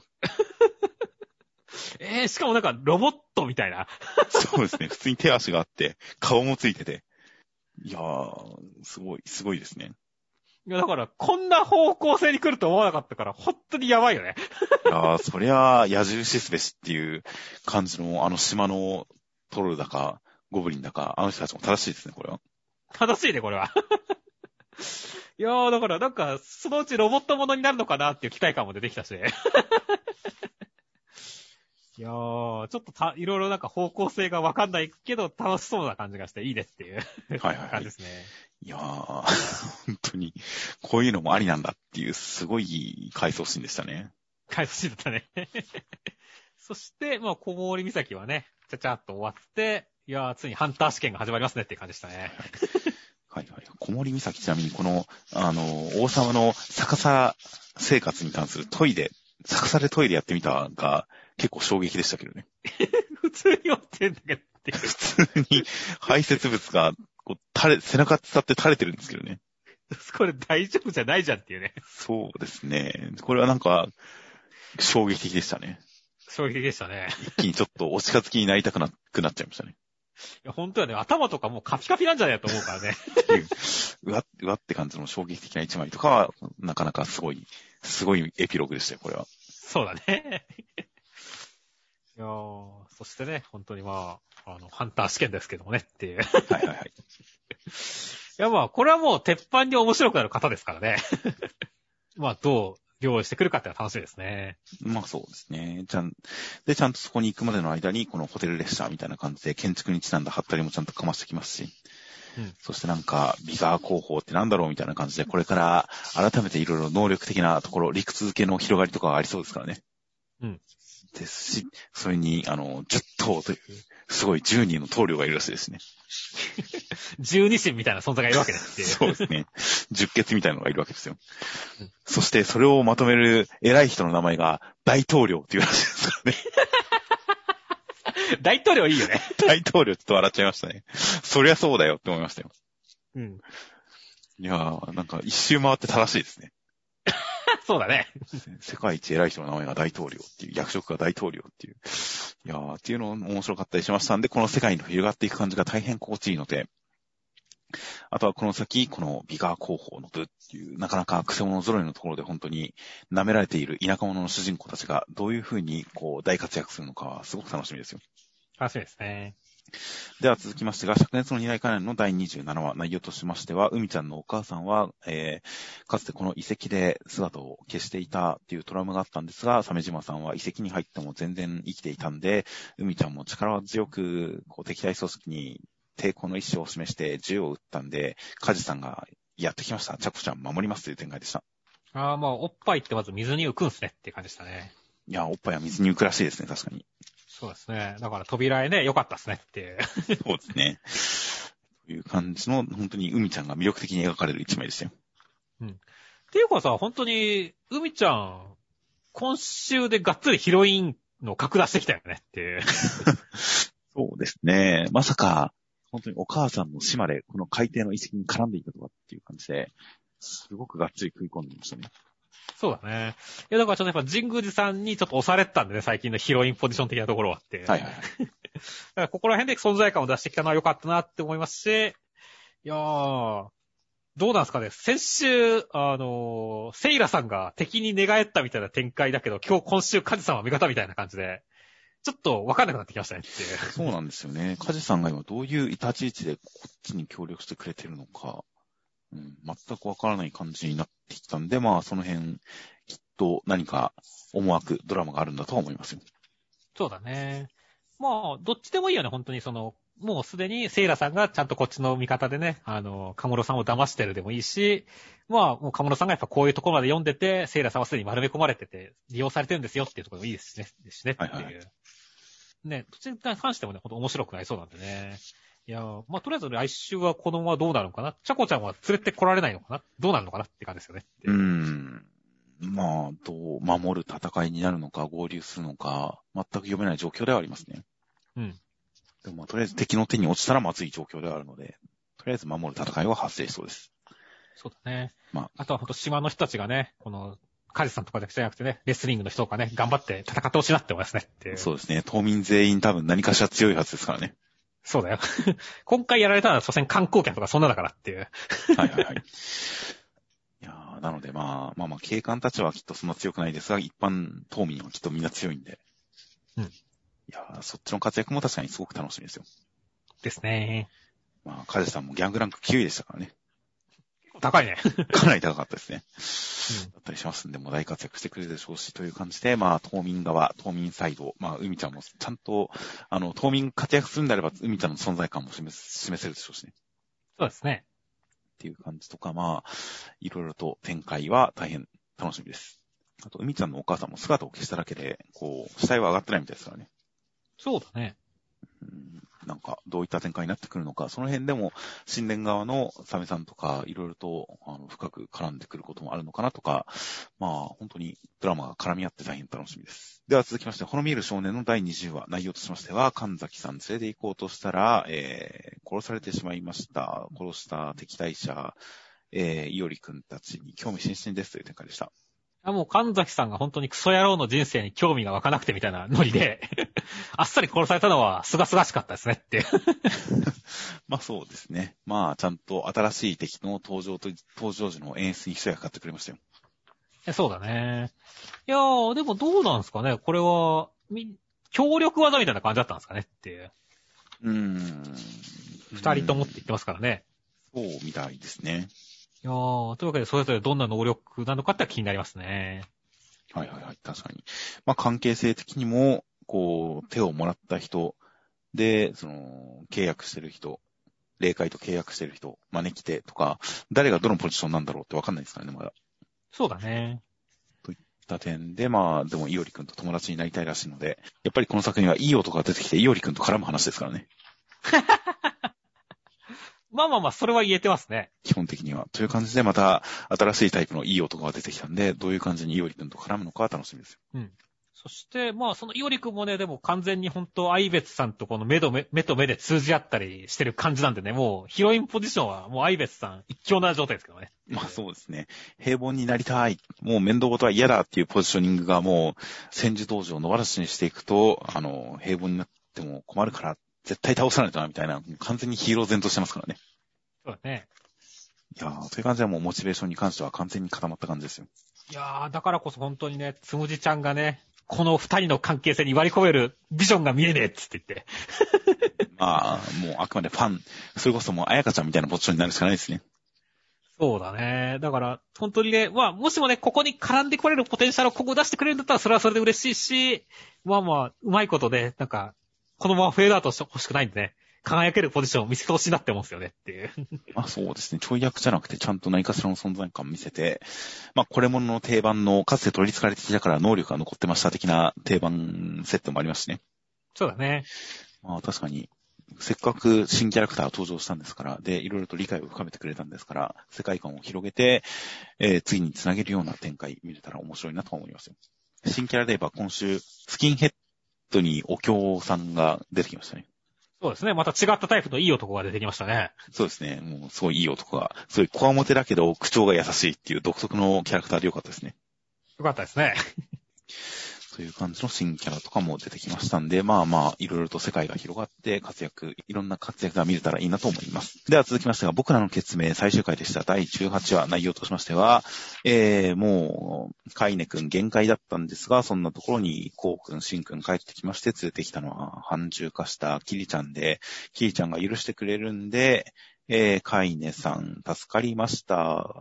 えー、しかもなんかロボットみたいな。 そうですね。普通に手足があって、顔もついてて。いやー、すごい、すごいですね。 いや、だから、こんな方向性に来ると思わなかったから、本当にやばいよね。 いやー、そりゃあ、野獣シスベシっていう感じの、あの島のトロルだか、ゴブリンだか、あの人たちも正しいですね、これは。 正しいね、これは。いやー、だから、なんか、そのうちロボットものになるのかなっていう期待感も出てきたし。いやー、ちょっとた、いろいろなんか方向性がわかんないけど、楽しそうな感じがしていいですっていうはいはい、はい。 感じですね。 いやー、本当に、こういうのもありなんだっていう、すごい回想シーンでしたね。 回想シーンだったね。そして、まあ、小森岬はね、ちゃちゃっと終わって、いやー、ついにハンター試験が始まりますねっていう感じでしたね。 はいはい。小森岬ちなみにこの、あの、王様の逆さ生活に関するトイレ、逆さでトイレやってみたが結構衝撃でしたけどね。 普通に追ってんだけどっていう。 普通に排泄物がこう垂れ、背中伝って垂れてるんですけどね。 これ大丈夫じゃないじゃんっていうね。 そうですね。これはなんか、衝撃的でしたね。 衝撃でしたね。 一気にちょっとお近づきになりたくな、くなっちゃいましたね。 いや、本当はね、頭とかもうカピカピなんじゃないかと思うからね。 うわ、うわって感じの衝撃的な一枚とかは、なかなかすごい、すごいエピローグでしたよ、これは。 そうだね。いやー、そしてね、本当にまあ、あの、ハンター試験ですけどもねっていう。 はいはいはい。 いやまあ、これはもう鉄板に面白くなる方ですからね。まあ、どう料理してくるかっていうのは楽しみですね。 まあそうですね。ちゃん、で、ちゃんとそこに行くまでの間に、このホテル列車みたいな感じで、建築にちなんだハったりもちゃんとかましてきますし、うん、そしてなんか、ビガー広報ってなんだろうみたいな感じで、これから改めていろいろ能力的なところ、理屈付けの広がりとかがありそうですからね。 うん。 ですし、それに、あの、じゅっとうという、すごいじゅうにんの棟梁がいるらしいですね。 十二神みたいな存在がいるわけですっていう。 そうですね。十血みたいなのがいるわけですよ。うん、そして、それをまとめる偉い人の名前が大統領っていうらしいですからね。 大統領いいよね。 大統領ちょっと笑っちゃいましたね。そりゃそうだよって思いましたよ。 うん。いやー、なんか一周回って正しいですね。 そうだね。 世界一偉い人の名前が大統領っていう、役職が大統領っていう。いやー、っていうの面白かったりしましたんで、この世界の広がっていく感じが大変心地いいので、あとはこの先、このビガー広報の部っていう、なかなか癖者揃いのところで本当に舐められている田舎者の主人公たちがどういう風にこう大活躍するのかはすごく楽しみですよ。 楽しみですね。 では続きましてが、灼熱の二大観覧のだいにじゅうななわ、内容としましては、海ちゃんのお母さんは、えー、かつてこの遺跡で姿を消していたっていうトラウマがあったんですが、鮫島さんは遺跡に入っても全然生きていたんで、海ちゃんも力強く、こう敵対組織に抵抗の意思を示して銃を撃ったんで、カジさんがやってきました。チャコちゃん守りますという展開でした。 ああ、まあ、おっぱいってまず水に浮くんすねっていう感じでしたね。 いや、おっぱいは水に浮くらしいですね、確かに。 そうですね。だから扉絵ね、良かったっすねっていう。 そうですね。という感じの、本当に海ちゃんが魅力的に描かれる一枚でしたよ。 うん。っていうかさ、本当に、海ちゃん、今週でがっつりヒロインの格出してきたよねっていう。 そうですね。まさか、本当にお母さんの島でこの海底の遺跡に絡んでいたとかっていう感じで、すごくがっつり食い込んでましたね。 そうだね。いや、だからちょっとやっぱ神宮寺さんにちょっと押されてたんでね、最近のヒロインポジション的なところはって。 はいはいはい。 だからここら辺で存在感を出してきたのは良かったなって思いますし、いやー、どうなんですかね。先週、あのー、セイラさんが敵に寝返ったみたいな展開だけど、今日、今週、カジさんは味方みたいな感じで、ちょっとわかんなくなってきましたねっていう。 そうなんですよね。カジさんが今どういう立ち位置でこっちに協力してくれてるのか、うん、全くわからない感じになってきたんで、まあその辺、きっと何か思惑、ドラマがあるんだとは思いますよ。 そうだね。まあ、どっちでもいいよね、本当にその、もうすでにセイラさんがちゃんとこっちの味方でね、あの、カモロさんを騙してるでもいいし、まあ、もうカモロさんがやっぱこういうところまで読んでて、セイラさんはすでに丸め込まれてて、利用されてるんですよっていうところもいいですしね、ですしねっていう。はいはい、ね、どっちに関してもね、ほんと面白くなりそうなんでね。いやー、まあ、とりあえず来週は子供はどうなるのかな、チャコちゃんは連れてこられないのかな、どうなるのかなって感じですよね。 うーん。まあ、どう守る戦いになるのか、合流するのか、全く読めない状況ではありますね。 うん。 でもまあ、とりあえず敵の手に落ちたらまずい状況ではあるので、とりあえず守る戦いは発生しそうです。 そうだね。 まあ、 あとはほんと島の人たちがね、この、カジさんとかだけじゃなくてね、レスリングの人とかね、頑張って戦ってほしいなって思いますねっていう。 そうですね。島民全員多分何かしら強いはずですからね。 そうだよ。今回やられたのは所詮観光客とかそんなだからっていう。 はいはいはい。いやーなのでまあ、まあまあ、警官たちはきっとそんな強くないですが、一般島民はきっとみんな強いんで。 うん。 いやーそっちの活躍も確かにすごく楽しみですよ。 ですね。 まあ、カジさんもギャングランクきゅういでしたからね。 高いね。 かなり高かったですね。 うん、 だったりしますんで、もう大活躍してくれるでしょうし、という感じで、まあ、島民側、島民サイド、まあ、海ちゃんもちゃんと、あの、島民活躍するんであれば、海ちゃんの存在感も示す、示せるでしょうしね。 そうですね。 っていう感じとか、まあ、いろいろと展開は大変楽しみです。あと、海ちゃんのお母さんも姿を消しただけで、こう、死体は上がってないみたいですからね。 そうだね。 うんなんか、どういった展開になってくるのか、その辺でも、神殿側のサメさんとか、いろいろと、あの、深く絡んでくることもあるのかなとか、まあ、本当にドラマが絡み合って大変楽しみです。では続きまして、ほの見える少年のだいにじゅうわ、内容としましては、神崎さん連れて行こうとしたら、えー、殺されてしまいました。殺した敵対者、えー、いおりくんたちに興味津々ですという展開でした。 あ、もう神崎さんが本当にクソ野郎の人生に興味が湧かなくてみたいなノリで、あっさり殺されたのはすがすがしかったですねって。 まあそうですね。まあちゃんと新しい敵の登場と、登場時の演出に一役買ってくれましたよ。 そうだね。いやー、でもどうなんですかね。これは、み、協力技みたいな感じだったんですかねっていう。 うーん。 二人ともって言ってますからね。 そうみたいですね。 いやー、というわけでそれぞれどんな能力なのかって気になりますね。 はいはいはい、確かに。まあ関係性的にも、こう、手をもらった人で、その、契約してる人、霊界と契約してる人、招き手とか、誰がどのポジションなんだろうってわかんないですからね、まだ。 そうだね。 といった点で、まあ、でも、いおりくんと友達になりたいらしいので、やっぱりこの作品はいい男が出てきて、いおりくんと絡む話ですからね。 まあまあまあ、それは言えてますね。 基本的には。という感じで、また、新しいタイプのいい男が出てきたんで、どういう感じにいおりくんと絡むのかは楽しみですよ。 うん。そして、まあ、そのいおりくんもね、でも完全に本当、愛別さんとこの目と目、目と目で通じ合ったりしてる感じなんでね、もう、ヒロインポジションはもう愛別さん一強な状態ですけどね。 まあそうですね。平凡になりたい。もう面倒事は嫌だっていうポジショニングがもう、戦時道場を野放しにしていくと、あの、平凡になっても困るから、絶対倒さないとな、みたいな、完全にヒーロー前としてますからね。 そうだね。 いやー、という感じでもうモチベーションに関しては完全に固まった感じですよ。 いやー、だからこそ本当にね、つむじちゃんがね、 この二人の関係性に割り込めるビジョンが見えねえっつって言って。 まあ、もうあくまでファン、それこそもうあやかちゃんみたいなポジションになるしかないですね。 そうだね。だから、本当にね、まあ、もしもね、ここに絡んでこれるポテンシャルをここ出してくれるんだったら、それはそれで嬉しいし、まあまあ、うまいことで、なんか、このままフェードアウトしてほしくないんでね、輝けるポジションを見せてほしいなって思うんですよねっていう。 まあそうですね。ちょい役じゃなくて、ちゃんと何かしらの存在感を見せて、まあこれものの定番の、かつて取り憑かれてきたから能力が残ってました的な定番セットもありますしね。 そうだね。 まあ確かに、せっかく新キャラクターが登場したんですから、で、いろいろと理解を深めてくれたんですから、世界観を広げて、えー、次につなげるような展開見れたら面白いなと思いますよ。新キャラで言えば今週、スキンヘッドにお経さんが出てきましたね。 そうですね。また違ったタイプのいい男が出てきましたね。 そうですね。もうすごいいい男が、すごいこわもてだけど口調が優しいっていう独特のキャラクターでよかったですね。 よかったですね。 という感じの新キャラとかも出てきましたんで、まあまあ、いろいろと世界が広がって活躍、いろんな活躍が見れたらいいなと思います。では続きましてが、僕らの決命最終回でしただいじゅうはちわ、内容としましては、えー、もう、カイネくん限界だったんですが、そんなところに、コウくん、シンくん帰ってきまして、連れてきたのは、半獣化したキリちゃんで、キリちゃんが許してくれるんで、えー、カイネさん、助かりました。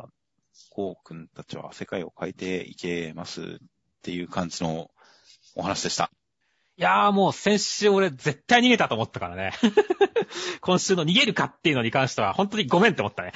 コウくんたちは世界を変えていけますっていう感じのお話でした。 いやーもう先週俺絶対逃げたと思ったからね。今週の逃げるかっていうのに関しては本当にごめんって思ったね。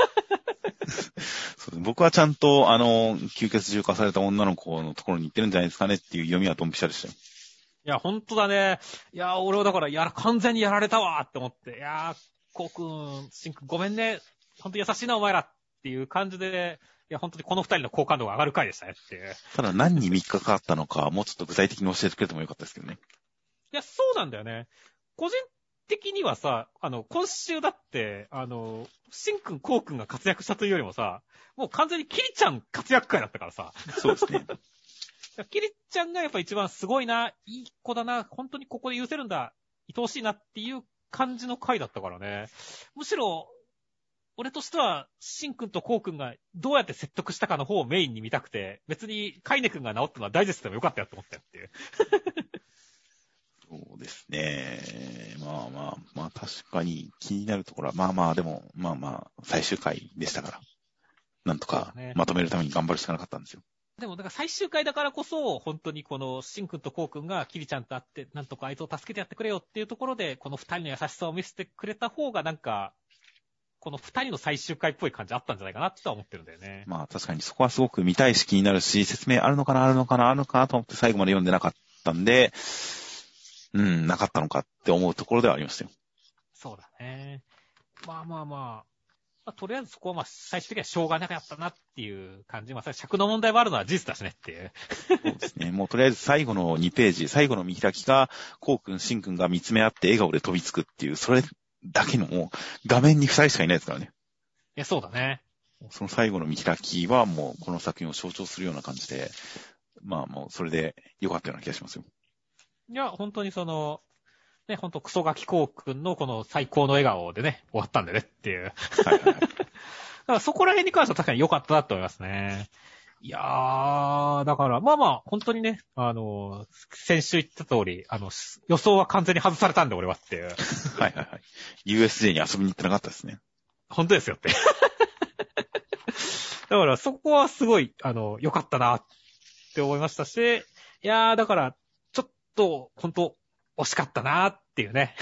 そう僕はちゃんとあの、吸血獣化された女の子のところに行ってるんじゃないですかねっていう読みはドンピシャでしたよ。 いや、本当だね。いやー俺はだからやら、完全にやられたわーって思って。いやー、コウくん、シンくんごめんね。本当優しいなお前らっていう感じで、いや、本当にこの二人の好感度が上がる回でしたねっていう。 ただ何にみっかかかったのか、もうちょっと具体的に教えてくれてもよかったですけどね。 いや、そうなんだよね。個人的にはさ、あの、今週だって、あの、シンくん、コウくんが活躍したというよりもさ、もう完全にキリちゃん活躍回だったからさ。 そうですね。 キリちゃんがやっぱ一番すごいな、いい子だな、本当にここで許せるんだ、愛おしいなっていう感じの回だったからね。むしろ、俺としては、シンくんとコウくんがどうやって説得したかの方をメインに見たくて、別にカイネくんが治ったのは大絶でもよかったよって思ったよっていう。 そうですね。まあまあ、まあ確かに気になるところは、まあまあでも、まあまあ、最終回でしたから。なんとかまとめるために頑張るしかなかったんですよ。 でも、だから最終回だからこそ、本当にこの、シンくんとコウくんがキリちゃんと会って、なんとかあいつを助けてやってくれよっていうところで、この二人の優しさを見せてくれた方が、なんか、この二人の最終回っぽい感じあったんじゃないかなって思ってるんだよね。 まあ確かにそこはすごく見たいし気になるし、説明あるのかな、あるのかな、あるのかなと思って最後まで読んでなかったんで、うん、なかったのかって思うところではありましたよ。 そうだね。まあまあまあ、まあ、とりあえずそこはまあ最終的にはしょうがなかったなっていう感じ。まあ尺の問題もあるのは事実だしねっていう。 そうですね。もうとりあえず最後のにページ、最後の見開きが、コウ君、シン君が見つめ合って笑顔で飛びつくっていう、それだけのもう画面にふたりしかいないですからね。 いや、そうだね。 その最後の見開きはもうこの作品を象徴するような感じで、まあもうそれで良かったような気がしますよ。 いや、本当にその、ね、本当クソガキコウ君のこの最高の笑顔でね、終わったんでねっていう。 はいはいはい。 だからそこら辺に関しては確かに良かったなと思いますね。いやー、だからまあまあ、本当にね、あの、先週言った通り、あの、予想は完全に外されたんで俺はっていう。 はいはいはい。ユーエスジェー に遊びに行ってなかったですね。 本当ですよって。だからそこはすごい、あの、良かったなって思いましたし、いやー、だから、ちょっと、本当惜しかったなっていうね。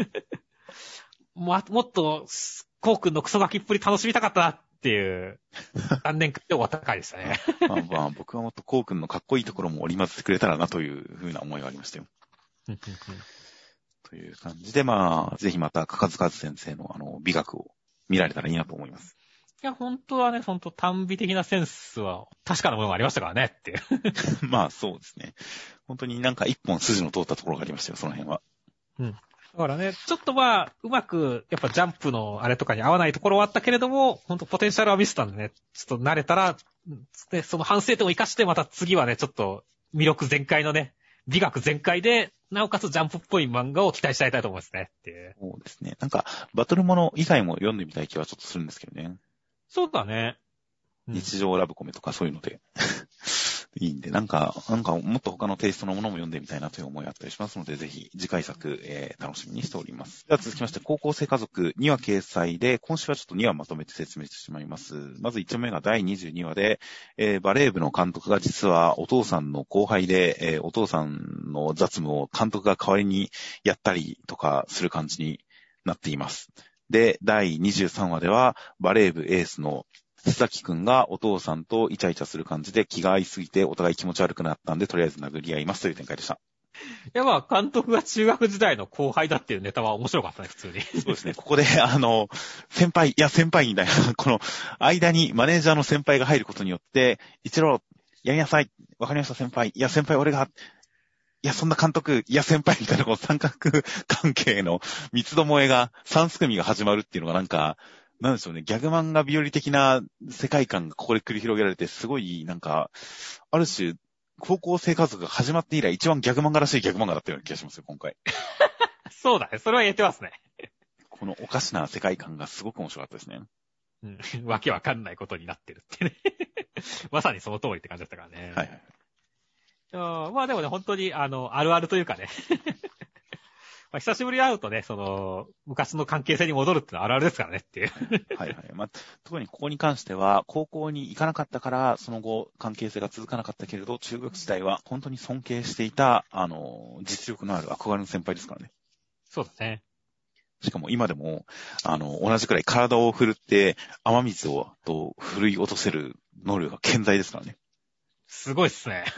も, もっと、コウ君のクソガキっぷり楽しみたかったなっていう、残念で終わった回でしたね。 まあまあ、僕はもっとコウ君のかっこいいところも織り交ぜてくれたらなというふうな思いがありましたよ。という感じで、まあ、ぜひまた、かかずかず先生のあの、美学を見られたらいいなと思います。 いや、本当はね、本当短美的なセンスは確かなものがありましたからねっていう。 まあ、そうですね。本当になんか一本筋の通ったところがありましたよ、その辺は。 うん。だからね、ちょっとまあ、うまく、やっぱジャンプのあれとかに合わないところはあったけれども、本当ポテンシャルは見せたんでね、ちょっと慣れたら、で、その反省点を生かしてまた次はね、ちょっと魅力全開のね、美学全開で、なおかつジャンプっぽい漫画を期待したいと思いますねっていう。 そうですね。なんか、バトルもの以外も読んでみたい気はちょっとするんですけどね。 そうだね。 うん、日常ラブコメとかそういうので。 いいんで、なんか、なんかもっと他のテイストのものも読んでみたいなという思いあったりしますので、ぜひ次回作、えー、楽しみにしております。では続きまして、高校生家族にわ掲載で、今週はちょっとにわまとめて説明してしまいます。まずいちわめがだいにじゅうにわで、えー、バレー部の監督が実はお父さんの後輩で、えー、お父さんの雑務を監督が代わりにやったりとかする感じになっています。で、だいにじゅうさんわでは、バレー部エースの須崎くんがお父さんとイチャイチャする感じで気が合いすぎてお互い気持ち悪くなったんで、とりあえず殴り合いますという展開でした。 いや、まあ、監督が中学時代の後輩だっていうネタは面白かったね、普通に。 そうですね。ここで、あの、先輩、いや、先輩みたいな、この間にマネージャーの先輩が入ることによって、一郎、やりなさい。わかりました、先輩。いや、先輩、俺が、いや、そんな監督、いや、先輩みたいな、この三角関係の三つどもえが、三すくみが始まるっていうのがなんか、なんでしょうね、ギャグ漫画日和的な世界観がここで繰り広げられて、すごい、なんか、ある種、高校生活が始まって以来、一番ギャグ漫画らしいギャグ漫画だったような気がしますよ、今回。 そうだね、それは言えてますね。 このおかしな世界観がすごく面白かったですね。 うん、わけわかんないことになってるってね。まさにその通りって感じだったからね。 はいはい。 うん、まあでもね、本当に、あの、あるあるというかね。まあ、久しぶりに会うとね、その、昔の関係性に戻るってのはあるあるですからねっていう。 はいはい。まあ、特にここに関しては、高校に行かなかったから、その後、関係性が続かなかったけれど、中学時代は本当に尊敬していた、あの、実力のある憧れの先輩ですからね。 そうだね。 しかも今でも、あの、同じくらい体を振るって、雨水を、と、振るい落とせる能力が健在ですからね。 すごいっすね。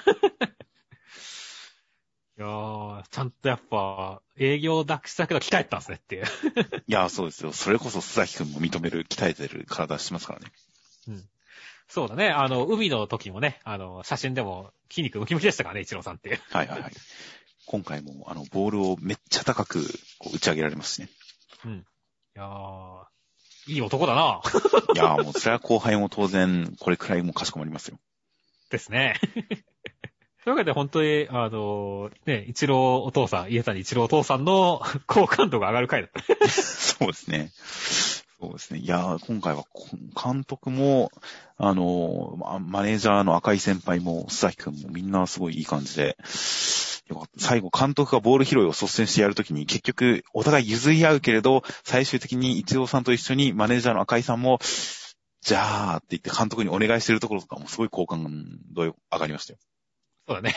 いやー、ちゃんとやっぱ、営業だけしたけど鍛えてたんですねっていう。 いやー、そうですよ。それこそ須崎くんも認める、鍛えてる体してますからね。 うん。そうだね。あの、海の時もね、あの、写真でも筋肉ムキムキでしたからね、一郎さんっていう。 はいはいはい。今回も、あの、ボールをめっちゃ高く、こう、打ち上げられますしね。 うん。いやー、いい男だな。 いやー、もう、それは後輩も当然、これくらいもかしこまりますよ。 ですね。というわけで本当に、あの、ね、一郎お父さん、家谷一郎お父さんの好感度が上がる回だった。 そうですね。そうですね。いやー、今回は、監督も、あの、マネージャーの赤井先輩も、須崎くんもみんなすごいいい感じで、最後監督がボール拾いを率先してやるときに結局お互い譲り合うけれど、最終的に一郎さんと一緒にマネージャーの赤井さんも、じゃあって言って監督にお願いしてるところとかもすごい好感度上がりましたよ。 そうだね。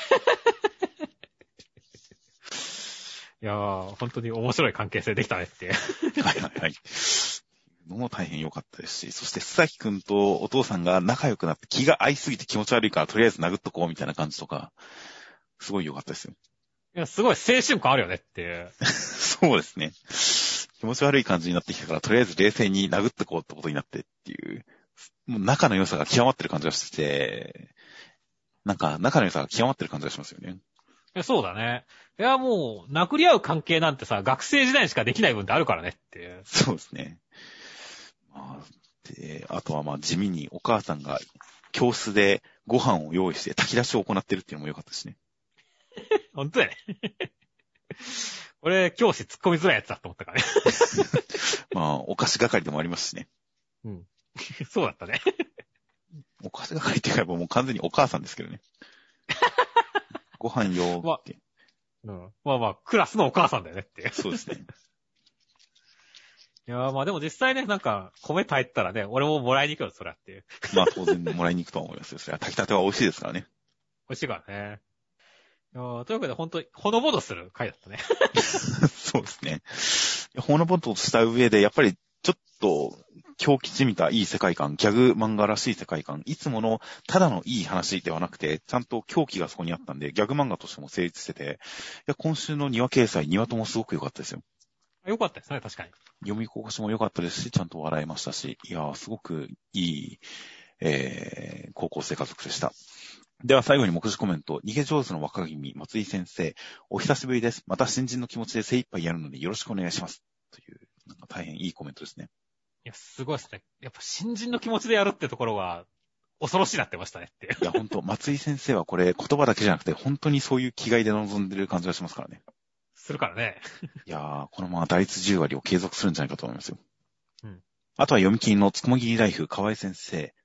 いやー、本当に面白い関係性できたねって。 はいはいはい。のも大変良かったですし、そして須崎くんとお父さんが仲良くなって気が合いすぎて気持ち悪いからとりあえず殴っとこうみたいな感じとか、すごい良かったですよ。 いや、すごい青春感あるよねっていう。 そうですね。気持ち悪い感じになってきたから、とりあえず冷静に殴ってこうってことになってっていう、もう仲の良さが極まってる感じがしてて、なんか仲の良さが極まってる感じがしますよね。 いや、そうだね。いや、もう、殴り合う関係なんてさ、学生時代にしかできない分ってあるからねっていう。 そうですね。まあ、で、あとはまあ地味にお母さんが教室でご飯を用意して炊き出しを行ってるっていうのも良かったですね。 本当だね。俺、教師突っ込みづらいやつだと思ったからね。 まあ、お菓子係でもありますしね。 うん。そうだったね。 お菓子係っていうか、もう完全にお母さんですけどね。ご飯用って、 まあ。うん。まあまあ、クラスのお母さんだよねっていう。 そうですね。 いやーまあでも実際ね、なんか、米炊いてたらね、俺ももらいに行くよ、それはっていう。 まあ当然もらいに行くとは思いますよ。それは炊きたては美味しいですからね。 美味しいからね。いやーというわけで本当に、ほのぼのする回だったね。 そうですね。ほのぼのとした上で、やっぱりちょっと、狂気じみたいい世界観、ギャグ漫画らしい世界観、いつものただのいい話ではなくて、ちゃんと狂気がそこにあったんで、ギャグ漫画としても成立してて、いや、今週の庭掲載、庭ともすごく良かったですよ。 よかったですね、確かに。 読み心地も良かったですし、ちゃんと笑えましたし、いや、すごくいい、えー、高校生家族でした。では最後に目次コメント。逃げ上手の若君、松井先生。お久しぶりです。また新人の気持ちで精一杯やるのでよろしくお願いします。という、なんか大変いいコメントですね。 いや、すごいですね。やっぱ新人の気持ちでやるってところは、恐ろしいなってましたねって。 いや、ほんと、松井先生はこれ言葉だけじゃなくて、本当にそういう気概で臨んでる感じがしますからね。 するからね。 いやー、このまま打率じゅう割を継続するんじゃないかと思いますよ。 うん。 あとは読み切りのつくもぎりライフ、河合先生。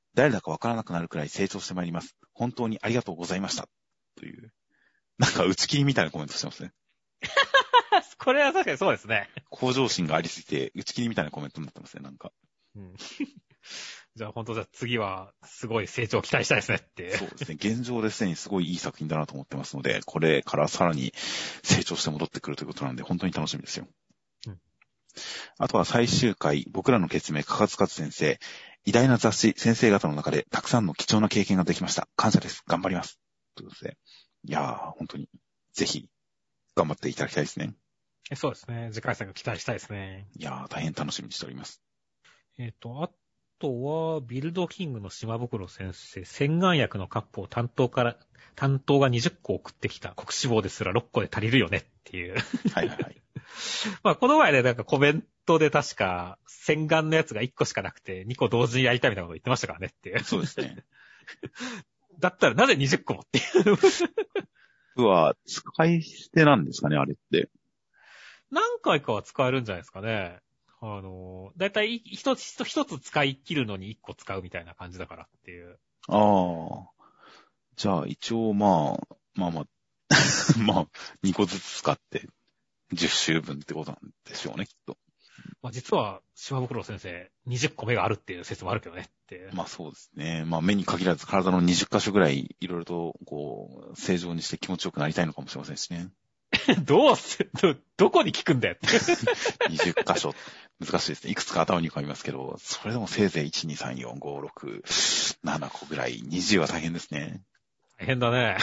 誰だかわからなくなるくらい成長してまいります。本当にありがとうございました。という、なんか打ち切りみたいなコメントしてますね。 これは確かにそうですね。 向上心がありすぎて、打ち切りみたいなコメントになってますね、なんか。 うん、じゃあ本当じゃあ次はすごい成長を期待したいですねって。 そうですね。現状ですでにすごいいい作品だなと思ってますので、これからさらに成長して戻ってくるということなんで、本当に楽しみですよ。うん、あとは最終回、僕らの決命、かかつかつ先生、偉大な雑誌、先生方の中でたくさんの貴重な経験ができました。感謝です。頑張ります。ということで、いやー、本当に、ぜひ、頑張っていただきたいですね。 そうですね。次回作期待したいですね。 いやー、大変楽しみにしております。 えっと、あとは、ビルドキングの島袋先生、洗顔薬のカップを担当から、担当がにじゅっこ送ってきた国志望ですらろっこで足りるよねっていう。 はいはいはい。 まあ、この前ね、なんかコメントで確か、洗顔のやつがいっこしかなくて、にこ同時にやりたいみたいなこと言ってましたからねっていう。 そうですね。 だったらなぜにじゅっこもっていう。 僕は、使い捨てなんですかね、あれって。 何回かは使えるんじゃないですかね。あの、だいたい一つ一つ使い切るのに一個使うみたいな感じだからっていう。 ああ。じゃあ一応まあ、まあまあ、まあ、にこずつ使ってじゅっしゅうぶんってことなんでしょうね、きっと。 まあ実は、島袋先生、にじゅっこ目があるっていう説もあるけどねって。 まあそうですね。まあ目に限らず体のにじゅっかしょぐらいいろいろとこう、正常にして気持ちよくなりたいのかもしれませんしね。 どうす、ど、どこに効くんだよって。 にじゅっかしょ。難しいですね。いくつか頭に浮かびますけど、それでもせいぜいいち、に、さん、よん、ご、ろく、ななこぐらい。にじゅうは大変ですね。 大変だね。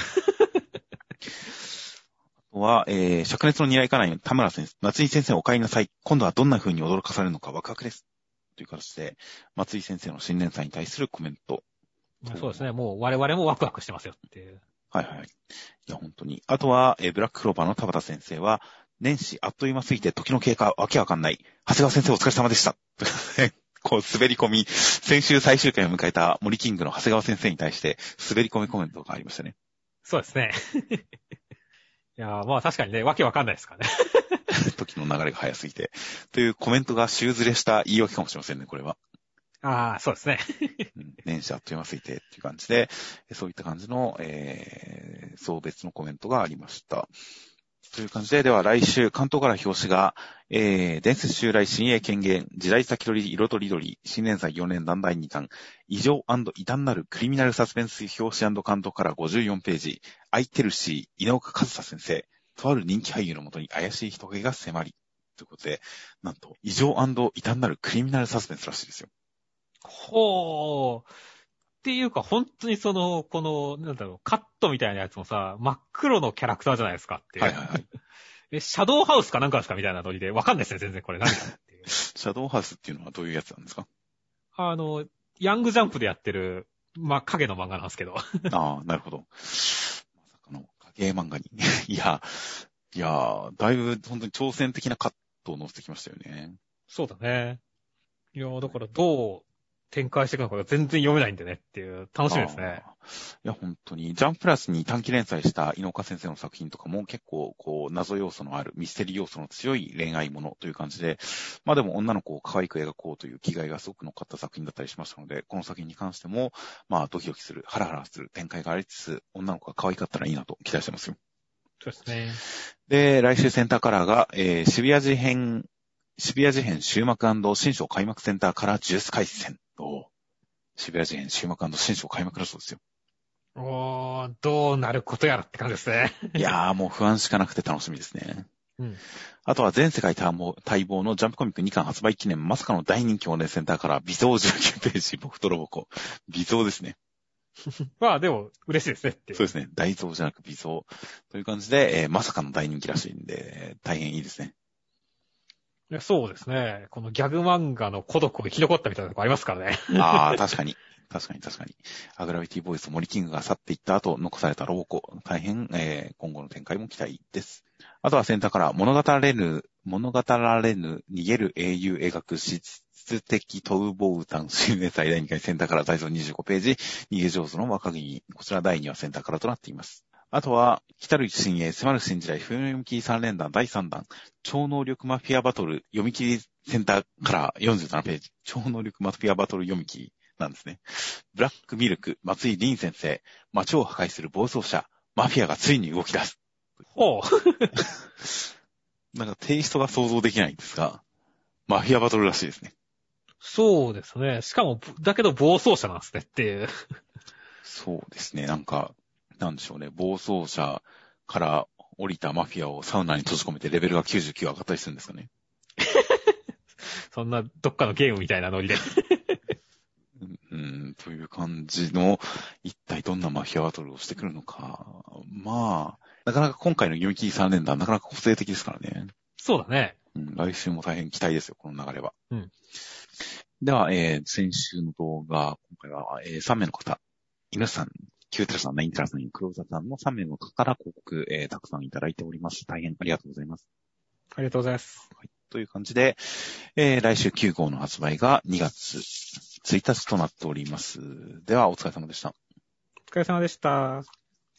あとは、えー、灼熱の担い家内の田村先生、松井先生お帰りなさい。今度はどんな風に驚かされるのかワクワクです。という形で、松井先生の新年祭に対するコメント。 そうですね。もう我々もワクワクしてますよっていう。 はいはい。いや、本当に。あとは、えー、ブラッククローバーの田畑先生は、年始あっという間すぎて時の経過わけわかんない。長谷川先生お疲れ様でした。こう滑り込み、先週最終回を迎えた森キングの長谷川先生に対して滑り込みコメントがありましたね。 そうですね。いやまあ確かにね、わけわかんないですからね。 時の流れが早すぎて。というコメントが週ずれした言い訳かもしれませんね、これは。 ああ、そうですね。 年始あっという間すぎてっていう感じで、そういった感じの、えー、送別のコメントがありました。という感じで、では来週、関東から表紙が、えー、伝説襲来、新鋭権限、時代先取り、色とりどり、新年祭よねん団だいにかん、異常&異端なるクリミナルサスペンス表紙&関東からごじゅうよんページ、アイテルシー、井岡和沙先生、とある人気俳優のもとに怪しい人影が迫り、ということで、なんと、異常&異端なるクリミナルサスペンスらしいですよ。 ほー。っていうか、本当にその、この、なんだろう、カットみたいなやつもさ、真っ黒のキャラクターじゃないですかっていう。 はいはいはい。 え、シャドウハウスかなんかですかみたいなノリで、わかんないですね、全然これ何かっていう。 シャドウハウスっていうのはどういうやつなんですか？ あの、ヤングジャンプでやってる、まあ、影の漫画なんですけど。 ああ、なるほど。まさかの影漫画に。いや、いや、だいぶ本当に挑戦的なカットを載せてきましたよね。 そうだね。いや、だからどう展開していくのかが全然読めないんでねっていう、楽しみですね。 いや、本当に、ジャンプラスに短期連載した井岡先生の作品とかも結構、こう、謎要素のある、ミステリー要素の強い恋愛ものという感じで、まあでも女の子を可愛く描こうという気概がすごく乗っかった作品だったりしましたので、この作品に関しても、まあドキドキする、ハラハラする展開がありつつ、女の子が可愛かったらいいなと期待してますよ。 そうですね。 で、来週センターカラーが、えー、渋谷事変、渋谷事変終幕&新章開幕センターカラージュース回戦。渋谷事変終幕&新章開幕だそうですよ。 おー、どうなることやらって感じですね。 いやー、もう不安しかなくて楽しみですね。 うん。 あとは全世界待望のジャンプコミックにかん発売記念、まさかの大人気おねセンターカラー、微増じゅうきゅうページ、僕とロボコ。微増ですね。 まあでも、嬉しいですねって。 そうですね。大増じゃなく微増。という感じで、えー、まさかの大人気らしいんで、大変いいですね。 いやそうですね。このギャグ漫画の孤独を生き残ったみたいなとこありますからね。 ああ、確かに。確かに確かに。アグラビティボイス森キングが去っていった後、残されたロボコ。大変、えー、今後の展開も期待です。あとはセンターから物語られぬ、物語られぬ逃げる英雄描く質的トウボウタン新年祭だいにかいセンターから大蔵にじゅうごページ、逃げ上手の若君。こちらだいにわセンターからとなっています。あとは、来たる新鋭、迫る新時代、冬の読み切りさん連弾だいさんだん、超能力マフィアバトル読み切りセンターからよんじゅうななページ、超能力マフィアバトル読み切りなんですね。ブラックミルク、松井凛先生、街を破壊する暴走車、マフィアがついに動き出す。 ほう。 なんかテイストが想像できないんですが、マフィアバトルらしいですね。 そうですね。しかも、だけど暴走車なんですねっていう。 そうですね。なんか、なんでしょうね。暴走車から降りたマフィアをサウナに閉じ込めてレベルがきゅうじゅうきゅう上がったりするんですかね。 そんな、どっかのゲームみたいなノリで。 うん、という感じの、一体どんなマフィアバトルをしてくるのか。まあ、なかなか今回の読み切りさん連弾、なかなか個性的ですからね。 そうだね。 うん、来週も大変期待ですよ、この流れは。 うん。 では、えー、先週の動画、今回は、えー、さん名の方、犬さん、キューテラさん、ナインテラさん、クローザさんのさん名の方から広告、えー、たくさんいただいております。大変ありがとうございます。 ありがとうございます。 はい。という感じで、えー、来週きゅう号の発売がにがつついたちとなっております。では、お疲れ様でした。 お疲れ様でした。